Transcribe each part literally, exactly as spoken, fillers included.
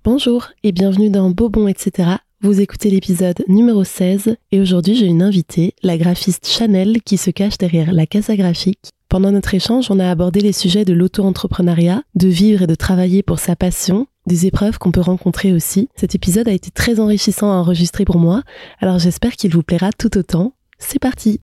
Bonjour et bienvenue dans Bobon, et cetera. Vous écoutez l'épisode numéro seize et aujourd'hui j'ai une invitée, la graphiste Chanel qui se cache derrière la Casa Graphique. Pendant notre échange, on a abordé les sujets de l'auto-entrepreneuriat, de vivre et de travailler pour sa passion, des épreuves qu'on peut rencontrer aussi. Cet épisode a été très enrichissant à enregistrer pour moi, alors j'espère qu'il vous plaira tout autant. C'est parti!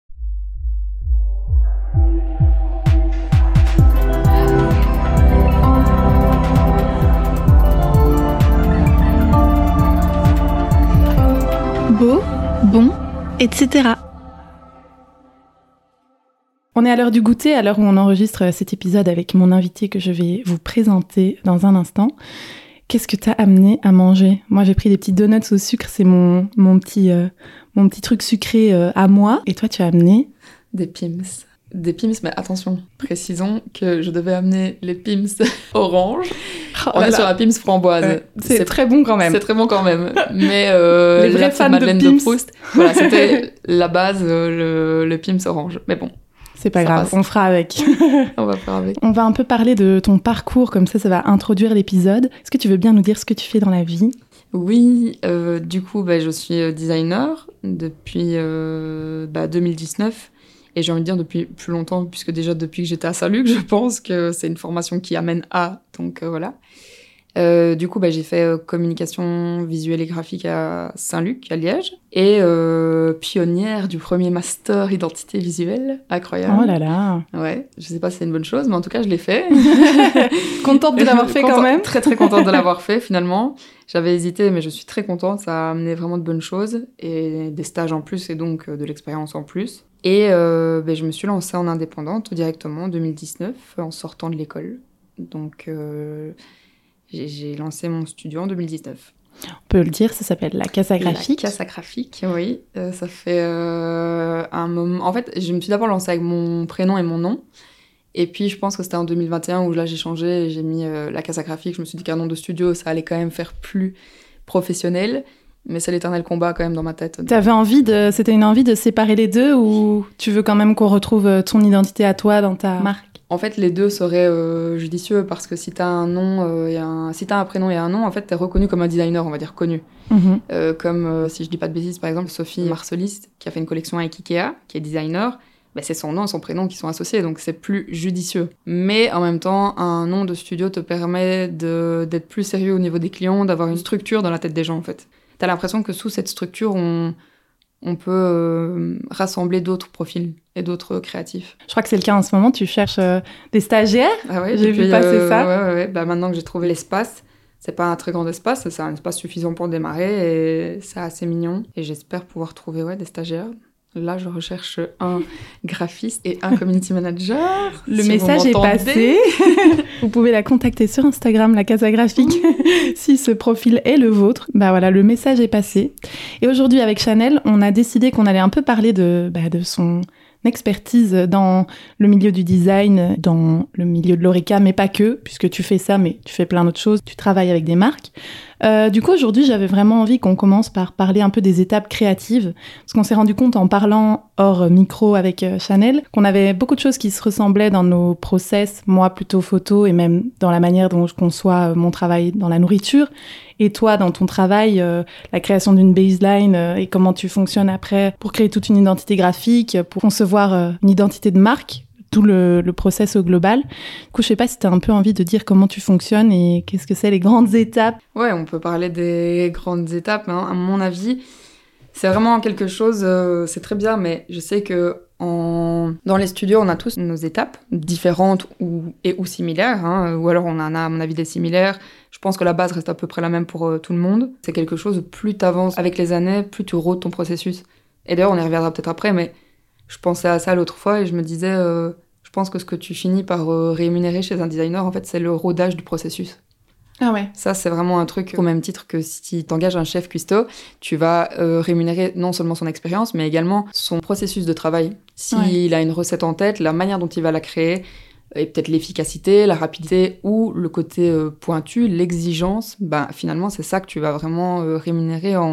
Beau, bon, et cetera. On est à l'heure du goûter, à l'heure où on enregistre cet épisode avec mon invité que je vais vous présenter dans un instant. Qu'est-ce que t'as amené à manger ? Moi, j'ai pris des petits donuts au sucre, c'est mon, mon, petit, euh, mon petit truc sucré euh, à moi. Et toi, tu as amené ? Des Pim's. Des Pim's, mais attention, précisons que je devais amener les Pim's orange. Oh On est sur la Pim's framboise. Ouais, c'est, c'est très bon quand même. C'est très bon quand même. Mais euh, les vrais fans Madeleine de, de Proust, voilà, c'était la base, euh, le, le Pim's orange. Mais bon. C'est pas grave, passe. On fera avec. On va faire avec. On va un peu parler de ton parcours, comme ça, ça va introduire l'épisode. Est-ce que tu veux bien nous dire ce que tu fais dans la vie ? Oui, euh, du coup, bah, je suis designer depuis euh, bah, deux mille dix-neuf. Et j'ai envie de dire depuis plus longtemps, puisque déjà depuis que j'étais à Saint-Luc, je pense que c'est une formation qui amène à. Donc euh, voilà. Euh, du coup, bah, j'ai fait euh, communication visuelle et graphique à Saint-Luc, à Liège. Et euh, pionnière du premier master identité visuelle. Incroyable. Oh là là. Ouais, je sais pas si c'est une bonne chose, mais en tout cas, je l'ai fait. Contente de l'avoir fait Content, quand même. Très très contente de l'avoir fait finalement. J'avais hésité, mais je suis très contente. Ça a amené vraiment de bonnes choses. Et des stages en plus, et donc euh, de l'expérience en plus. Et euh, ben, je me suis lancée en indépendante directement en deux mille dix-neuf, en sortant de l'école. Donc, euh, j'ai, j'ai lancé mon studio en deux mille dix-neuf. On peut le dire, ça s'appelle la Casa Graphique. La Casa Graphique, oui. Euh, ça fait euh, un moment... En fait, je me suis d'abord lancée avec mon prénom et mon nom. Et puis, je pense que c'était en deux mille vingt et un où là, j'ai changé et j'ai mis euh, la Casa Graphique. Je me suis dit qu'un nom de studio, ça allait quand même faire plus professionnel. Mais c'est l'éternel combat quand même dans ma tête. T'avais envie de, c'était une envie de séparer les deux ou tu veux quand même qu'on retrouve ton identité à toi dans ta marque ? En fait, les deux seraient euh, judicieux parce que si t'as un nom, euh, et un... si t'as un prénom et un nom, en fait, t'es reconnu comme un designer, on va dire connu. Mm-hmm. Euh, comme euh, si je dis pas de bêtises, par exemple, Sophie Marcelis, qui a fait une collection avec Ikea, qui est designer. Ben, c'est son nom et son prénom qui sont associés, donc c'est plus judicieux. Mais en même temps, un nom de studio te permet de, d'être plus sérieux au niveau des clients, d'avoir une structure dans la tête des gens, en fait. T'as l'impression que sous cette structure, on, on peut euh, rassembler d'autres profils et d'autres créatifs. Je crois que c'est le cas en ce moment, tu cherches euh, des stagiaires. Ah ouais, j'ai depuis, vu passer euh, ça. Ouais, ouais, ouais. Bah, maintenant que j'ai trouvé l'espace, c'est pas un très grand espace, c'est un espace suffisant pour démarrer et c'est assez mignon. Et j'espère pouvoir trouver ouais, des stagiaires. Là, je recherche un graphiste et un community manager. Le si message est passé. Vous pouvez la contacter sur Instagram, la Casa Graphique, si ce profil est le vôtre. Bah voilà, le message est passé. Et aujourd'hui, avec Chanel, on a décidé qu'on allait un peu parler de, bah, de son expertise dans le milieu du design, dans le milieu de l'Horeca, mais pas que, puisque tu fais ça, mais tu fais plein d'autres choses. Tu travailles avec des marques. Euh, du coup, aujourd'hui, j'avais vraiment envie qu'on commence par parler un peu des étapes créatives, parce qu'on s'est rendu compte en parlant hors micro avec euh, Chanel qu'on avait beaucoup de choses qui se ressemblaient dans nos process, moi plutôt photo, et même dans la manière dont je conçois euh, mon travail dans la nourriture, et toi dans ton travail, euh, la création d'une baseline euh, et comment tu fonctionnes après pour créer toute une identité graphique, pour concevoir euh, une identité de marque. Tout le, le process au global. Du coup, je sais pas si tu as un peu envie de dire comment tu fonctionnes et qu'est-ce que c'est les grandes étapes. Ouais, on peut parler des grandes étapes. Hein. À mon avis, c'est vraiment quelque chose, euh, c'est très bien, mais je sais que en... dans les studios, on a tous nos étapes différentes ou, et ou similaires, hein, ou alors on en a, à mon avis, des similaires. Je pense que la base reste à peu près la même pour euh, tout le monde. C'est quelque chose, plus tu avances avec les années, plus tu rôdes ton processus. Et d'ailleurs, on y reviendra peut-être après, mais je pensais à ça l'autre fois et je me disais, euh, je pense que ce que tu finis par euh, rémunérer chez un designer, en fait, c'est le rodage du processus. Ah ouais. Ça, c'est vraiment un truc au même titre que si tu engages un chef cuistot, tu vas euh, rémunérer non seulement son expérience, mais également son processus de travail. S'il ouais. a une recette en tête, la manière dont il va la créer, et peut-être l'efficacité, la rapidité ou le côté euh, pointu, l'exigence, ben, finalement, c'est ça que tu vas vraiment euh, rémunérer en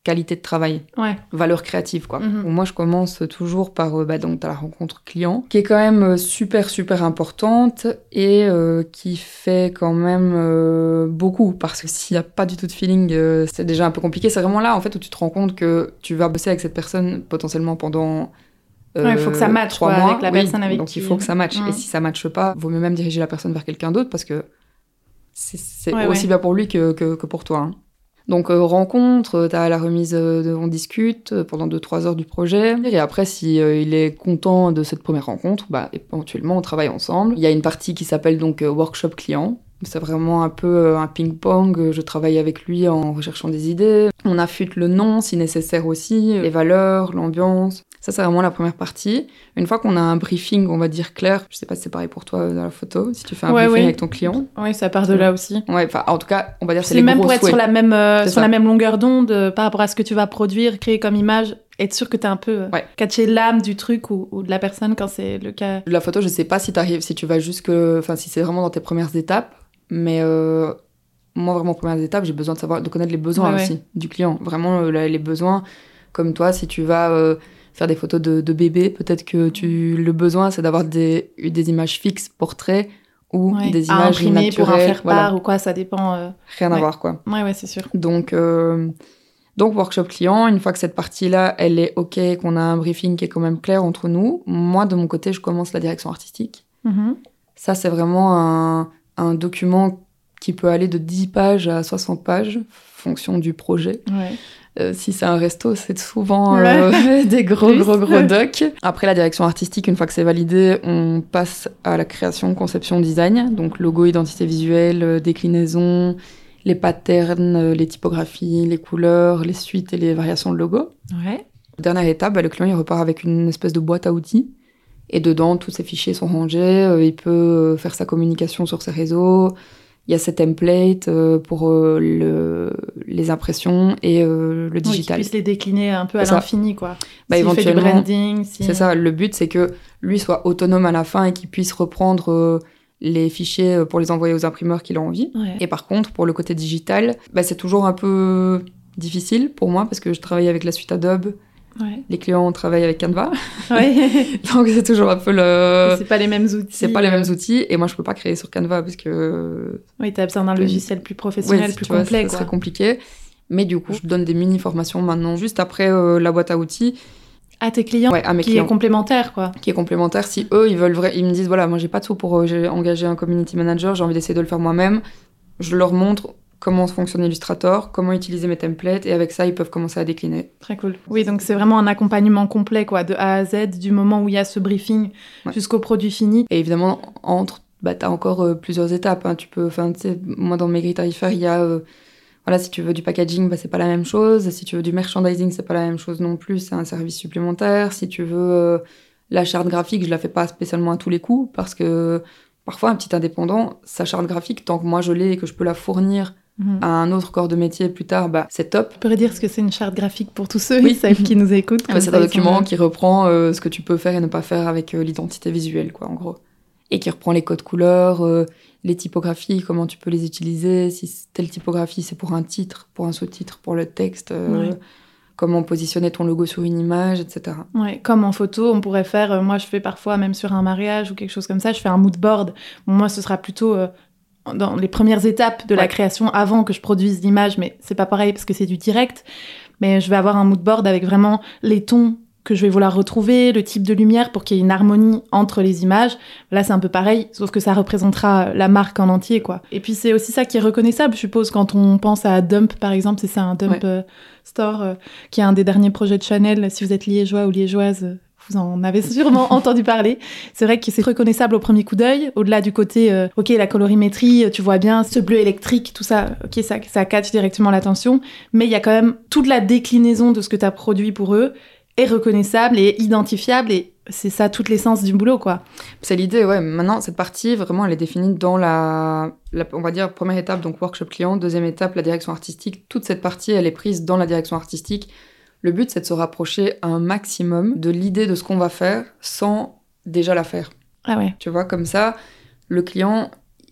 qualité de travail, ouais. valeur créative, quoi. Mm-hmm. Moi, je commence toujours par euh, bah, donc, t'as la rencontre client, qui est quand même euh, super, super importante et euh, qui fait quand même euh, beaucoup, parce que s'il n'y a pas du tout de feeling, euh, c'est déjà un peu compliqué. C'est vraiment là, en fait, où tu te rends compte que tu vas bosser avec cette personne potentiellement pendant euh, ouais, il faut que ça matche, trois quoi, mois. avec la oui, personne avec donc qui... il faut que ça matche. Mm. Et si ça matche pas, vaut mieux même diriger la personne vers quelqu'un d'autre, parce que c'est, c'est ouais, aussi ouais. bien pour lui que, que, que pour toi, hein. Donc, euh, rencontre, t'as la remise, de, on discute pendant deux trois heures du projet. Et après, si euh, il est content de cette première rencontre, bah, éventuellement, on travaille ensemble. Il y a une partie qui s'appelle donc euh, workshop client. C'est vraiment un peu euh, un ping-pong. Je travaille avec lui en recherchant des idées. On affûte le nom, si nécessaire aussi, les valeurs, l'ambiance. Ça, c'est vraiment la première partie. Une fois qu'on a un briefing, on va dire clair, je sais pas si c'est pareil pour toi dans la photo, si tu fais un ouais, briefing ouais. avec ton client. Oui, ça part de là aussi. Ouais, enfin, en tout cas, on va dire c'est, c'est les même gros pour être souhaits. sur la même euh, sur ça. la même longueur d'onde euh, par rapport à ce que tu vas produire, créer comme image, être sûr que t'es un peu euh, ouais. catché l'âme du truc ou, ou de la personne quand c'est le cas. La photo, je sais pas si t'arrives, si tu vas jusque, enfin, si c'est vraiment dans tes premières étapes, mais euh, moi, vraiment, premières étapes, j'ai besoin de savoir, de connaître les besoins ouais, aussi ouais. du client. Vraiment, euh, les besoins, comme toi, si tu vas euh, faire des photos de, de bébés, peut-être que tu, le besoin, c'est d'avoir des, des images fixes, portraits, ou ouais. des à images imprimer naturelles. Pour un faire-part voilà. ou quoi, ça dépend. Euh... Rien ouais. à voir, quoi. Ouais, ouais, c'est sûr. Donc, euh, donc, workshop client, une fois que cette partie-là, elle est OK, qu'on a un briefing qui est quand même clair entre nous, moi, de mon côté, je commence la direction artistique. Mm-hmm. Ça, c'est vraiment un, un document qui peut aller de dix pages à soixante pages, fonction du projet. Ouais. Euh, si c'est un resto, c'est souvent euh, ouais. des gros, Plus. gros, gros docs. Après la direction artistique, une fois que c'est validé, on passe à la création, conception, design. Donc logo, identité visuelle, déclinaison, les patterns, les typographies, les couleurs, les suites et les variations de logo. Ouais. Dernière étape, bah, le client il repart avec une espèce de boîte à outils. Et dedans, tous ses fichiers sont rangés. Euh, il peut faire sa communication sur ses réseaux. Il y a ces templates euh, pour euh, le, les impressions et euh, le digital. Oui, qu'il puisse les décliner un peu à c'est l'infini, quoi. Bah, S'il fait du branding. Si... C'est ça, le but, c'est que lui soit autonome à la fin et qu'il puisse reprendre euh, les fichiers pour les envoyer aux imprimeurs qu'il a envie. Ouais. Et par contre, pour le côté digital, bah, c'est toujours un peu difficile pour moi parce que je travaille avec la suite Adobe. Ouais. Les clients travaillent avec Canva. Ouais. Donc c'est toujours un peu le... Et c'est pas les mêmes outils. C'est pas les mêmes outils. Et moi, je peux pas créer sur Canva parce que... Oui, t'as besoin d'un logiciel plus professionnel, oui, plus vois, complet. Ça quoi. serait compliqué. Mais du coup, je donne des mini-formations maintenant, juste après euh, la boîte à outils. À tes clients, ouais, à mes qui clients. est complémentaire, quoi. Qui est complémentaire. Si eux, ils veulent vra... ils me disent, voilà, moi, j'ai pas de sous pour euh, engager un community manager, j'ai envie d'essayer de le faire moi-même. Je leur montre comment fonctionne Illustrator, comment utiliser mes templates, et avec ça, ils peuvent commencer à décliner. Très cool. Oui, donc c'est vraiment un accompagnement complet, quoi, de A à Z, du moment où il y a ce briefing ouais. jusqu'au produit fini. Et évidemment, entre, bah, t'as encore euh, plusieurs étapes. Hein. Tu peux, enfin, tu sais, moi, dans mes grilles tarifaires, il y a, euh, voilà, si tu veux du packaging, bah, c'est pas la même chose. Si tu veux du merchandising, c'est pas la même chose non plus. C'est un service supplémentaire. Si tu veux euh, la charte graphique, je la fais pas spécialement à tous les coups, parce que parfois, un petit indépendant, sa charte graphique, tant que moi je l'ai et que je peux la fournir Mmh. à un autre corps de métier plus tard, bah, c'est top. Tu pourrais dire ce que c'est une charte graphique pour tous ceux oui. qui nous écoutent. Ah bah, c'est un document qui reprend euh, ce que tu peux faire et ne pas faire avec euh, l'identité visuelle, quoi, en gros. Et qui reprend les codes couleurs, euh, les typographies, comment tu peux les utiliser, si telle typographie c'est pour un titre, pour un sous-titre, pour le texte, euh, ouais. comment positionner ton logo sur une image, et cetera. Ouais, comme en photo, on pourrait faire, euh, moi je fais parfois, même sur un mariage ou quelque chose comme ça, je fais un mood board. Bon, moi ce sera plutôt... Euh, dans les premières étapes de ouais. la création avant que je produise l'image, mais c'est pas pareil parce que c'est du direct, mais je vais avoir un mood board avec vraiment les tons que je vais vouloir retrouver, le type de lumière pour qu'il y ait une harmonie entre les images. Là, c'est un peu pareil, sauf que ça représentera la marque en entier, quoi. Et puis, c'est aussi ça qui est reconnaissable, je suppose, quand on pense à Dump, par exemple, c'est ça, un Dump ouais. euh, Store, euh, qui est un des derniers projets de Chanel. Si vous êtes liégeois ou liégeoise, euh, vous en avez sûrement entendu parler. C'est vrai que c'est reconnaissable au premier coup d'œil, au-delà du côté, euh, ok, la colorimétrie, tu vois bien, ce bleu électrique, tout ça, ok, ça, ça catch directement l'attention, mais il y a quand même toute la déclinaison de ce que tu as produit pour eux est reconnaissable et identifiable, et c'est ça toute l'essence du boulot, quoi. C'est l'idée, ouais. Maintenant, cette partie, vraiment, elle est définie dans la, la, on va dire, première étape, donc workshop client, deuxième étape, la direction artistique. Toute cette partie, elle est prise dans la direction artistique. Le but, c'est de se rapprocher un maximum de l'idée de ce qu'on va faire sans déjà la faire. Ah ouais. Tu vois, comme ça, le client,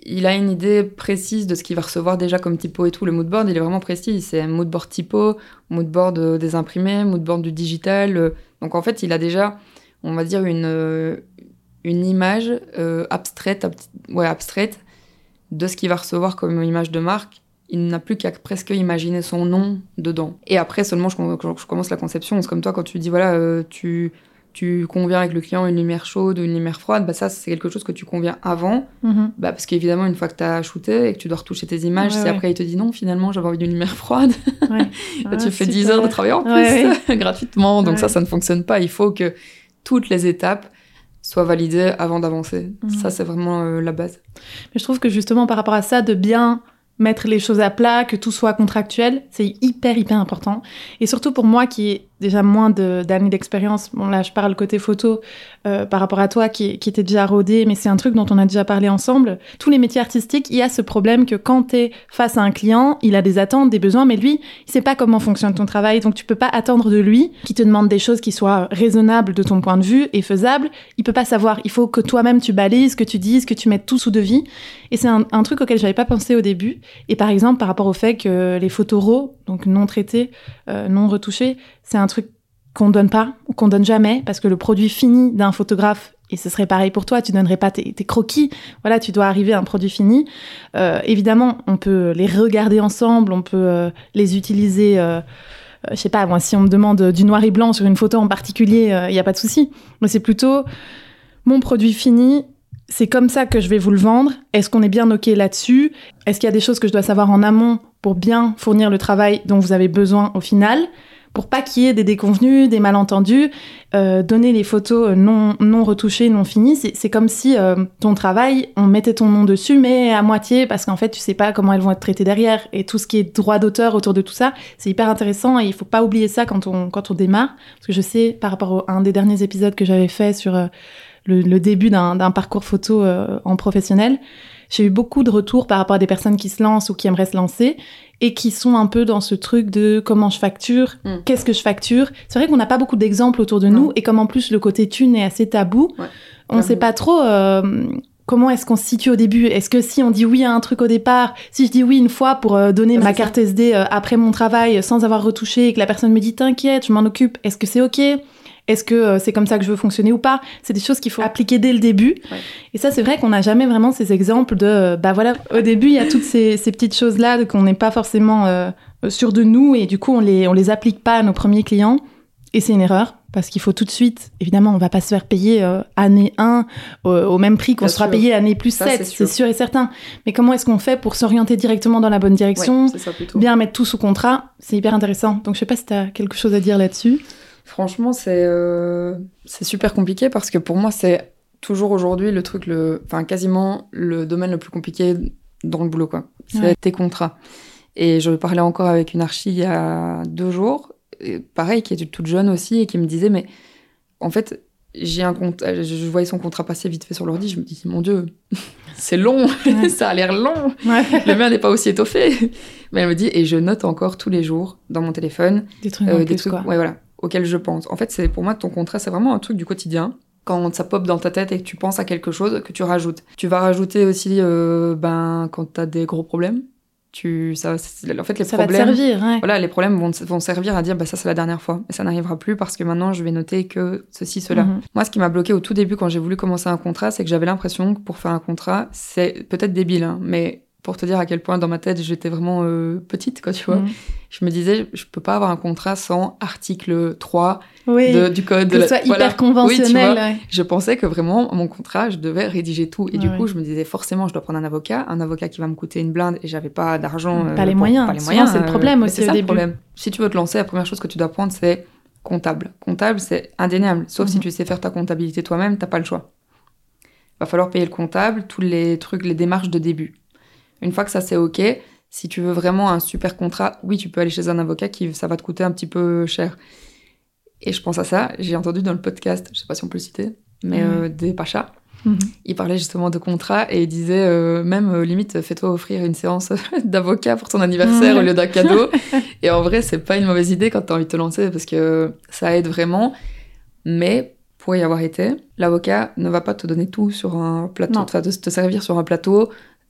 il a une idée précise de ce qu'il va recevoir déjà comme typo et tout. Le moodboard, il est vraiment précis. C'est un moodboard typo, moodboard euh, des imprimés, moodboard du digital. Euh. Donc en fait, il a déjà, on va dire, une, euh, une image euh, abstraite, ab- ouais, abstraite de ce qu'il va recevoir comme image de marque. Il n'a plus qu'à presque imaginer son nom dedans. Et après, seulement, je, je commence la conception. C'est comme toi, quand tu dis, voilà, euh, tu... tu conviens avec le client une lumière chaude ou une lumière froide, bah ça, c'est quelque chose que tu conviens avant. Mm-hmm. Bah parce qu'évidemment, une fois que tu as shooté et que tu dois retoucher tes images, ouais, si ouais. après il te dit non, finalement, j'avais envie d'une lumière froide, ouais. bah, ouais, tu fais dix heures de travail en plus, ouais, ouais. gratuitement. Donc ouais. ça, ça ne fonctionne pas. Il faut que toutes les étapes soient validées avant d'avancer. Mm-hmm. Ça, c'est vraiment euh, la base. Mais je trouve que justement, par rapport à ça, de bien mettre les choses à plat, que tout soit contractuel, c'est hyper, hyper important. Et surtout pour moi qui ai déjà moins de, d'années d'expérience, bon là je parle côté photo euh, par rapport à toi qui, qui était déjà rodé, mais c'est un truc dont on a déjà parlé ensemble. Tous les métiers artistiques, il y a ce problème que quand t'es face à un client, il a des attentes, des besoins, mais lui, il sait pas comment fonctionne ton travail, donc tu peux pas attendre de lui qu'il te demande des choses qui soient raisonnables de ton point de vue et faisables. Il peut pas savoir, il faut que toi-même tu balises, que tu dises, que tu mettes tout sous devis. Et c'est un, un truc auquel j'avais pas pensé au début. Et par exemple, par rapport au fait que les photos raw, donc non traitées, euh, non retouchées, c'est un truc qu'on donne pas, ou qu'on donne jamais, parce que le produit fini d'un photographe, et ce serait pareil pour toi, tu donnerais pas tes, tes croquis, voilà, tu dois arriver à un produit fini. Euh, évidemment, on peut les regarder ensemble, on peut euh, les utiliser, euh, euh, je sais pas, moi, si on me demande du noir et blanc sur une photo en particulier, il euh, y a pas de souci. Mais c'est plutôt mon produit fini, c'est comme ça que je vais vous le vendre. Est-ce qu'on est bien OK là-dessus ? Est-ce qu'il y a des choses que je dois savoir en amont pour bien fournir le travail dont vous avez besoin au final ? Pour pas qu'il y ait des déconvenus, des malentendus, euh, donner les photos non, non retouchées, non finies, c'est, c'est comme si euh, ton travail, on mettait ton nom dessus, mais à moitié, parce qu'en fait, tu sais pas comment elles vont être traitées derrière. Et tout ce qui est droit d'auteur autour de tout ça, c'est hyper intéressant et il faut pas oublier ça quand on, quand on démarre. Parce que je sais, par rapport à un des derniers épisodes que j'avais fait sur euh, le, le début d'un, d'un parcours photo euh, en professionnel, j'ai eu beaucoup de retours par rapport à des personnes qui se lancent ou qui aimeraient se lancer et qui sont un peu dans ce truc de comment je facture, mm. qu'est-ce que je facture. C'est vrai qu'on n'a pas beaucoup d'exemples autour de non. nous et comme en plus le côté thune est assez tabou, ouais, on ne sait pas trop euh, comment est-ce qu'on se situe au début. Est-ce que si on dit oui à un truc au départ, si je dis oui une fois pour euh, donner ouais, ma carte ça. S D euh, après mon travail sans avoir retouché et que la personne me dit t'inquiète, je m'en occupe, est-ce que c'est OK ? Est-ce que euh, c'est comme ça que je veux fonctionner ou pas ? C'est des choses qu'il faut appliquer dès le début. Ouais. Et ça, c'est vrai qu'on n'a jamais vraiment ces exemples de... Euh, bah voilà, au début, il y a toutes ces, ces petites choses-là qu'on n'est pas forcément euh, sûr de nous et du coup, on les, on les applique pas à nos premiers clients. Et c'est une erreur parce qu'il faut tout de suite... Évidemment, on va pas se faire payer euh, année un euh, au même prix qu'on Bien sera sûr. Payé année plus ça, sept, c'est sûr. c'est sûr et certain. Mais comment est-ce qu'on fait pour s'orienter directement dans la bonne direction ? Ouais, c'est ça plutôt. Bien mettre tout sous contrat, c'est hyper intéressant. Donc, je sais pas si tu as quelque chose à dire là-dessus. Franchement, c'est, euh, c'est super compliqué parce que pour moi, c'est toujours aujourd'hui le truc, le, enfin quasiment le domaine le plus compliqué dans le boulot, quoi. C'est ouais. tes contrats. Et je parlais encore avec une archi il y a deux jours, et pareil, qui était toute jeune aussi et qui me disait, mais en fait, j'ai un compte, je voyais son contrat passer vite fait sur l'ordi, je me dis, mon Dieu, c'est long, ouais. ça a l'air long, ouais. le mien n'est pas aussi étoffé. Mais elle me dit, et je note encore tous les jours dans mon téléphone des trucs, euh, des plus, trucs, quoi. Ouais, voilà. auquel je pense. En fait, c'est pour moi, ton contrat, c'est vraiment un truc du quotidien. Quand ça pop dans ta tête et que tu penses à quelque chose, que tu rajoutes. Tu vas rajouter aussi, euh, ben, quand t'as des gros problèmes. Tu, ça, c'est, en fait, les ça problèmes... va te servir, ouais. Voilà, les problèmes vont, vont servir à dire, bah, ça, c'est la dernière fois. Et ça n'arrivera plus parce que maintenant, je vais noter que ceci, cela. Mm-hmm. Moi, ce qui m'a bloqué au tout début quand j'ai voulu commencer un contrat, c'est que j'avais l'impression que pour faire un contrat, c'est peut-être débile, hein, mais... pour te dire à quel point dans ma tête j'étais vraiment euh, petite, quoi, tu vois. Mmh. Je me disais, je peux pas avoir un contrat sans article trois oui, de, du code. Que ce soit voilà. hyper conventionnel. Oui, tu vois, ouais. Je pensais que vraiment, mon contrat, je devais rédiger tout. Et ouais, du coup, ouais. je me disais, forcément, je dois prendre un avocat, un avocat qui va me coûter une blinde et j'avais pas d'argent. Pas euh, les pour, moyens. Pas les moyens. C'est euh, le problème aussi c'est au ça, début. Le problème. Si tu veux te lancer, la première chose que tu dois prendre, c'est comptable. Comptable, c'est indéniable. Sauf mmh. si tu sais faire ta comptabilité toi-même, t'as pas le choix. Va falloir payer le comptable, tous les trucs, les démarches de début. Une fois que ça, c'est OK, si tu veux vraiment un super contrat, oui, tu peux aller chez un avocat qui ça va te coûter un petit peu cher. Et je pense à ça, j'ai entendu dans le podcast, je sais pas si on peut le citer, mais mmh. euh, des Pachas. Mmh. Il parlait justement de contrat et il disait euh, même euh, limite fais-toi offrir une séance d'avocat pour ton anniversaire mmh. au lieu d'un cadeau. Et en vrai, c'est pas une mauvaise idée quand t'as envie de te lancer parce que ça aide vraiment. Mais pour y avoir été, l'avocat ne va pas te donner tout sur un plateau, enfin te, te servir sur un plateau.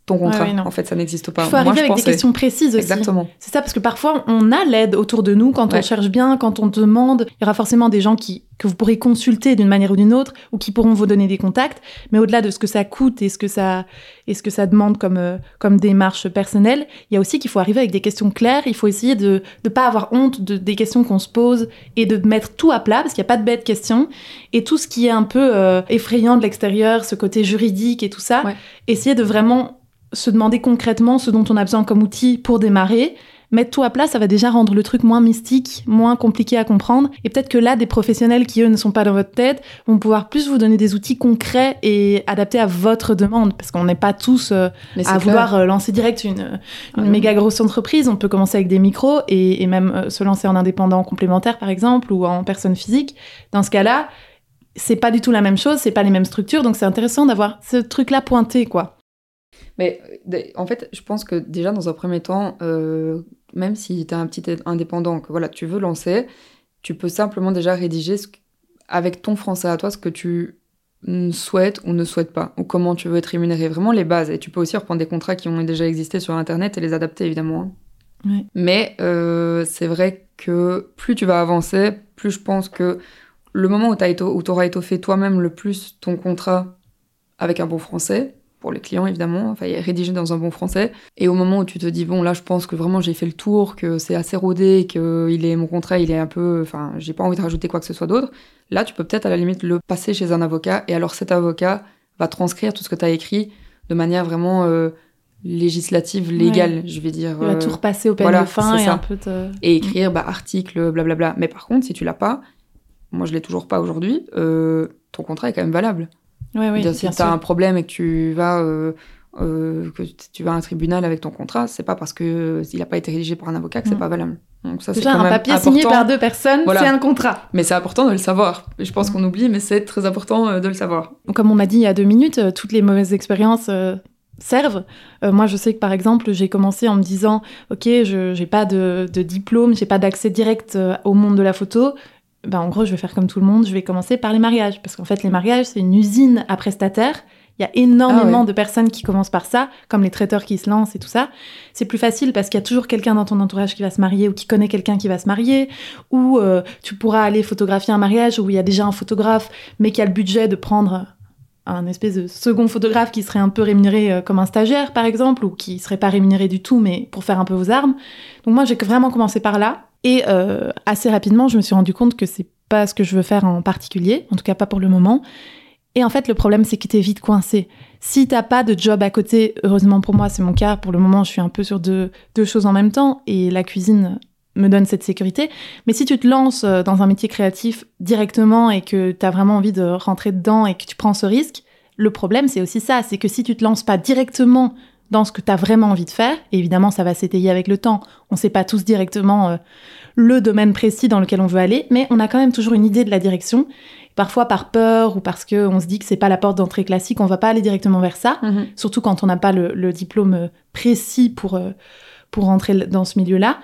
ton contrat. Ouais, oui, non. En fait, ça n'existe pas. Il faut arriver Moi, je avec pensais... des questions précises aussi. Exactement. C'est ça, parce que parfois, on a l'aide autour de nous quand ouais. on cherche bien, quand on demande. Il y aura forcément des gens qui, que vous pourrez consulter d'une manière ou d'une autre, ou qui pourront vous donner des contacts. Mais au-delà de ce que ça coûte et ce que ça, et ce que ça demande comme, euh, comme démarche personnelle, il y a aussi qu'il faut arriver avec des questions claires. Il faut essayer de ne pas avoir honte de, des questions qu'on se pose et de mettre tout à plat, parce qu'il n'y a pas de bêtes questions. Et tout ce qui est un peu euh, effrayant de l'extérieur, ce côté juridique et tout ça, ouais. essayer de vraiment se demander concrètement ce dont on a besoin comme outil pour démarrer. Mettre tout à plat, ça va déjà rendre le truc moins mystique, moins compliqué à comprendre. Et peut-être que là, des professionnels qui, eux, ne sont pas dans votre tête, vont pouvoir plus vous donner des outils concrets et adaptés à votre demande. Parce qu'on n'est pas tous euh, à clair. vouloir euh, lancer direct une, une ah, méga grosse entreprise. On peut commencer avec des micros et, et même euh, se lancer en indépendant complémentaire, par exemple, ou en personne physique. Dans ce cas-là, c'est pas du tout la même chose, c'est pas les mêmes structures. Donc, c'est intéressant d'avoir ce truc-là pointé, quoi. Mais en fait, je pense que déjà, dans un premier temps, euh, même si tu es un petit indépendant, que voilà, tu veux lancer, tu peux simplement déjà rédiger ce, avec ton français à toi ce que tu souhaites ou ne souhaites pas, ou comment tu veux être rémunéré, vraiment les bases. Et tu peux aussi reprendre des contrats qui ont déjà existé sur Internet et les adapter, évidemment. Ouais. Mais euh, c'est vrai que plus tu vas avancer, plus je pense que le moment où tu auras étoffé toi-même le plus ton contrat avec un bon français, pour les clients évidemment, enfin rédigé dans un bon français, et au moment où tu te dis bon là je pense que vraiment j'ai fait le tour, que c'est assez rodé, que il est mon contrat il est un peu, enfin j'ai pas envie de rajouter quoi que ce soit d'autre, là tu peux peut-être à la limite le passer chez un avocat, et alors cet avocat va transcrire tout ce que tu as écrit de manière vraiment euh, législative, légale, ouais. je vais dire. Il va euh, tout repasser au peigne voilà, de fin et ça. un peu te... Et écrire bah, article, blablabla. Mais par contre, si tu l'as pas, moi je l'ai toujours pas aujourd'hui, euh, ton contrat est quand même valable. Ouais, oui, dire, si tu as un problème et que tu vas, euh, euh, que tu vas à un tribunal avec ton contrat, c'est pas parce qu'il euh, n'a pas été rédigé par un avocat que c'est mmh. pas valable. Donc ça, déjà, c'est quand un même papier important. signé par deux personnes, voilà. c'est un contrat. Mais c'est important de le savoir. Je pense mmh. qu'on oublie, mais c'est très important euh, de le savoir. Comme on m'a dit il y a deux minutes, euh, toutes les mauvaises expériences euh, servent. Euh, moi, je sais que par exemple, j'ai commencé en me disant « Ok, je n'ai pas de, de diplôme, j'ai pas d'accès direct euh, au monde de la photo ». Ben, en gros, je vais faire comme tout le monde, je vais commencer par les mariages. Parce qu'en fait, les mariages, c'est une usine à prestataires. Il y a énormément ah ouais. de personnes qui commencent par ça, comme les traiteurs qui se lancent et tout ça. C'est plus facile parce qu'il y a toujours quelqu'un dans ton entourage qui va se marier ou qui connaît quelqu'un qui va se marier. Ou euh, tu pourras aller photographier un mariage où il y a déjà un photographe, mais qui a le budget de prendre un espèce de second photographe qui serait un peu rémunéré euh, comme un stagiaire, par exemple, ou qui serait pas rémunéré du tout, mais pour faire un peu vos armes. Donc moi, j'ai vraiment commencé par là. Et euh, assez rapidement, je me suis rendu compte que c'est pas ce que je veux faire en particulier, en tout cas pas pour le moment. Et en fait, le problème, c'est que t'es vite coincé. Si t'as pas de job à côté, heureusement pour moi, c'est mon cas, pour le moment, je suis un peu sur deux, deux choses en même temps, et la cuisine me donne cette sécurité. Mais si tu te lances dans un métier créatif directement et que t'as vraiment envie de rentrer dedans et que tu prends ce risque, le problème, c'est aussi ça, c'est que si tu te lances pas directement dans ce que t'as vraiment envie de faire, et évidemment, ça va s'étayer avec le temps, on sait pas tous directement euh, le domaine précis dans lequel on veut aller, mais on a quand même toujours une idée de la direction. Parfois par peur ou parce qu'on se dit que c'est pas la porte d'entrée classique, on va pas aller directement vers ça, mmh. surtout quand on n'a pas le, le diplôme précis pour, euh, pour rentrer dans ce milieu-là.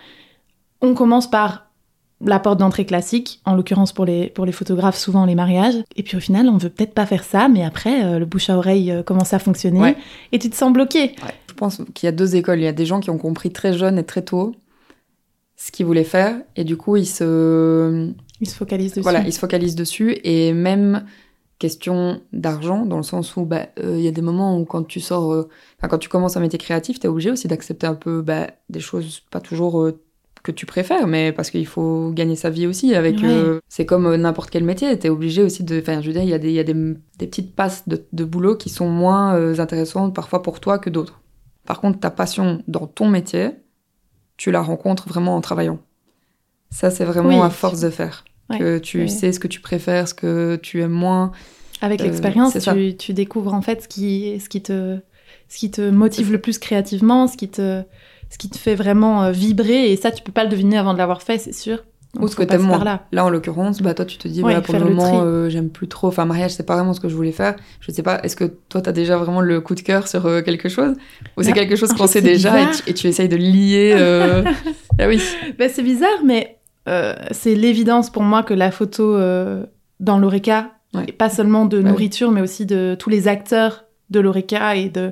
On commence par la porte d'entrée classique, en l'occurrence pour les, pour les photographes, souvent les mariages. Et puis au final, on veut peut-être pas faire ça, mais après, euh, le bouche à oreille euh, commence à fonctionner ouais. et tu te sens bloqué. Ouais. Je pense qu'il y a deux écoles. Il y a des gens qui ont compris très jeunes et très tôt ce qu'ils voulaient faire, et du coup, ils se... Ils se focalisent dessus. Voilà, ils se focalisent dessus, et même question d'argent, dans le sens où bah, euh, y a des moments où quand tu sors, euh, quand tu commences un métier créatif, t'es obligé aussi d'accepter un peu bah, des choses pas toujours euh, que tu préfères, mais parce qu'il faut gagner sa vie aussi. Avec, ouais. euh, c'est comme euh, n'importe quel métier, t'es obligé aussi de... Enfin, je veux dire, il y a des, y a des, des petites passes de, de boulot qui sont moins euh, intéressantes parfois pour toi que d'autres. Par contre, ta passion dans ton métier, tu la rencontres vraiment en travaillant. Ça, c'est vraiment oui. à force de faire. Ouais, que tu oui. sais ce que tu préfères, ce que tu aimes moins. Avec euh, l'expérience, tu, tu découvres en fait ce qui, ce qui, te, ce qui te motive le plus créativement, ce qui te, ce qui te fait vraiment euh, vibrer. Et ça, tu peux pas le deviner avant de l'avoir fait, c'est sûr. Donc, ou ce que t'aimes moins. Là. là, en l'occurrence, bah, toi, tu te dis, ouais, bah, pour le moment, euh, j'aime plus trop. Enfin, mariage, c'est pas vraiment ce que je voulais faire. Je sais pas, est-ce que toi, t'as déjà vraiment le coup de cœur sur euh, quelque chose ? Ou bah, c'est quelque chose qu'on sait déjà et tu, et tu essayes de lier euh... Ah oui. Bah, c'est bizarre, mais euh, c'est l'évidence pour moi que la photo euh, dans l'Horeca, ouais. et pas seulement de bah, nourriture, oui. mais aussi de tous les acteurs de l'Horeca et de,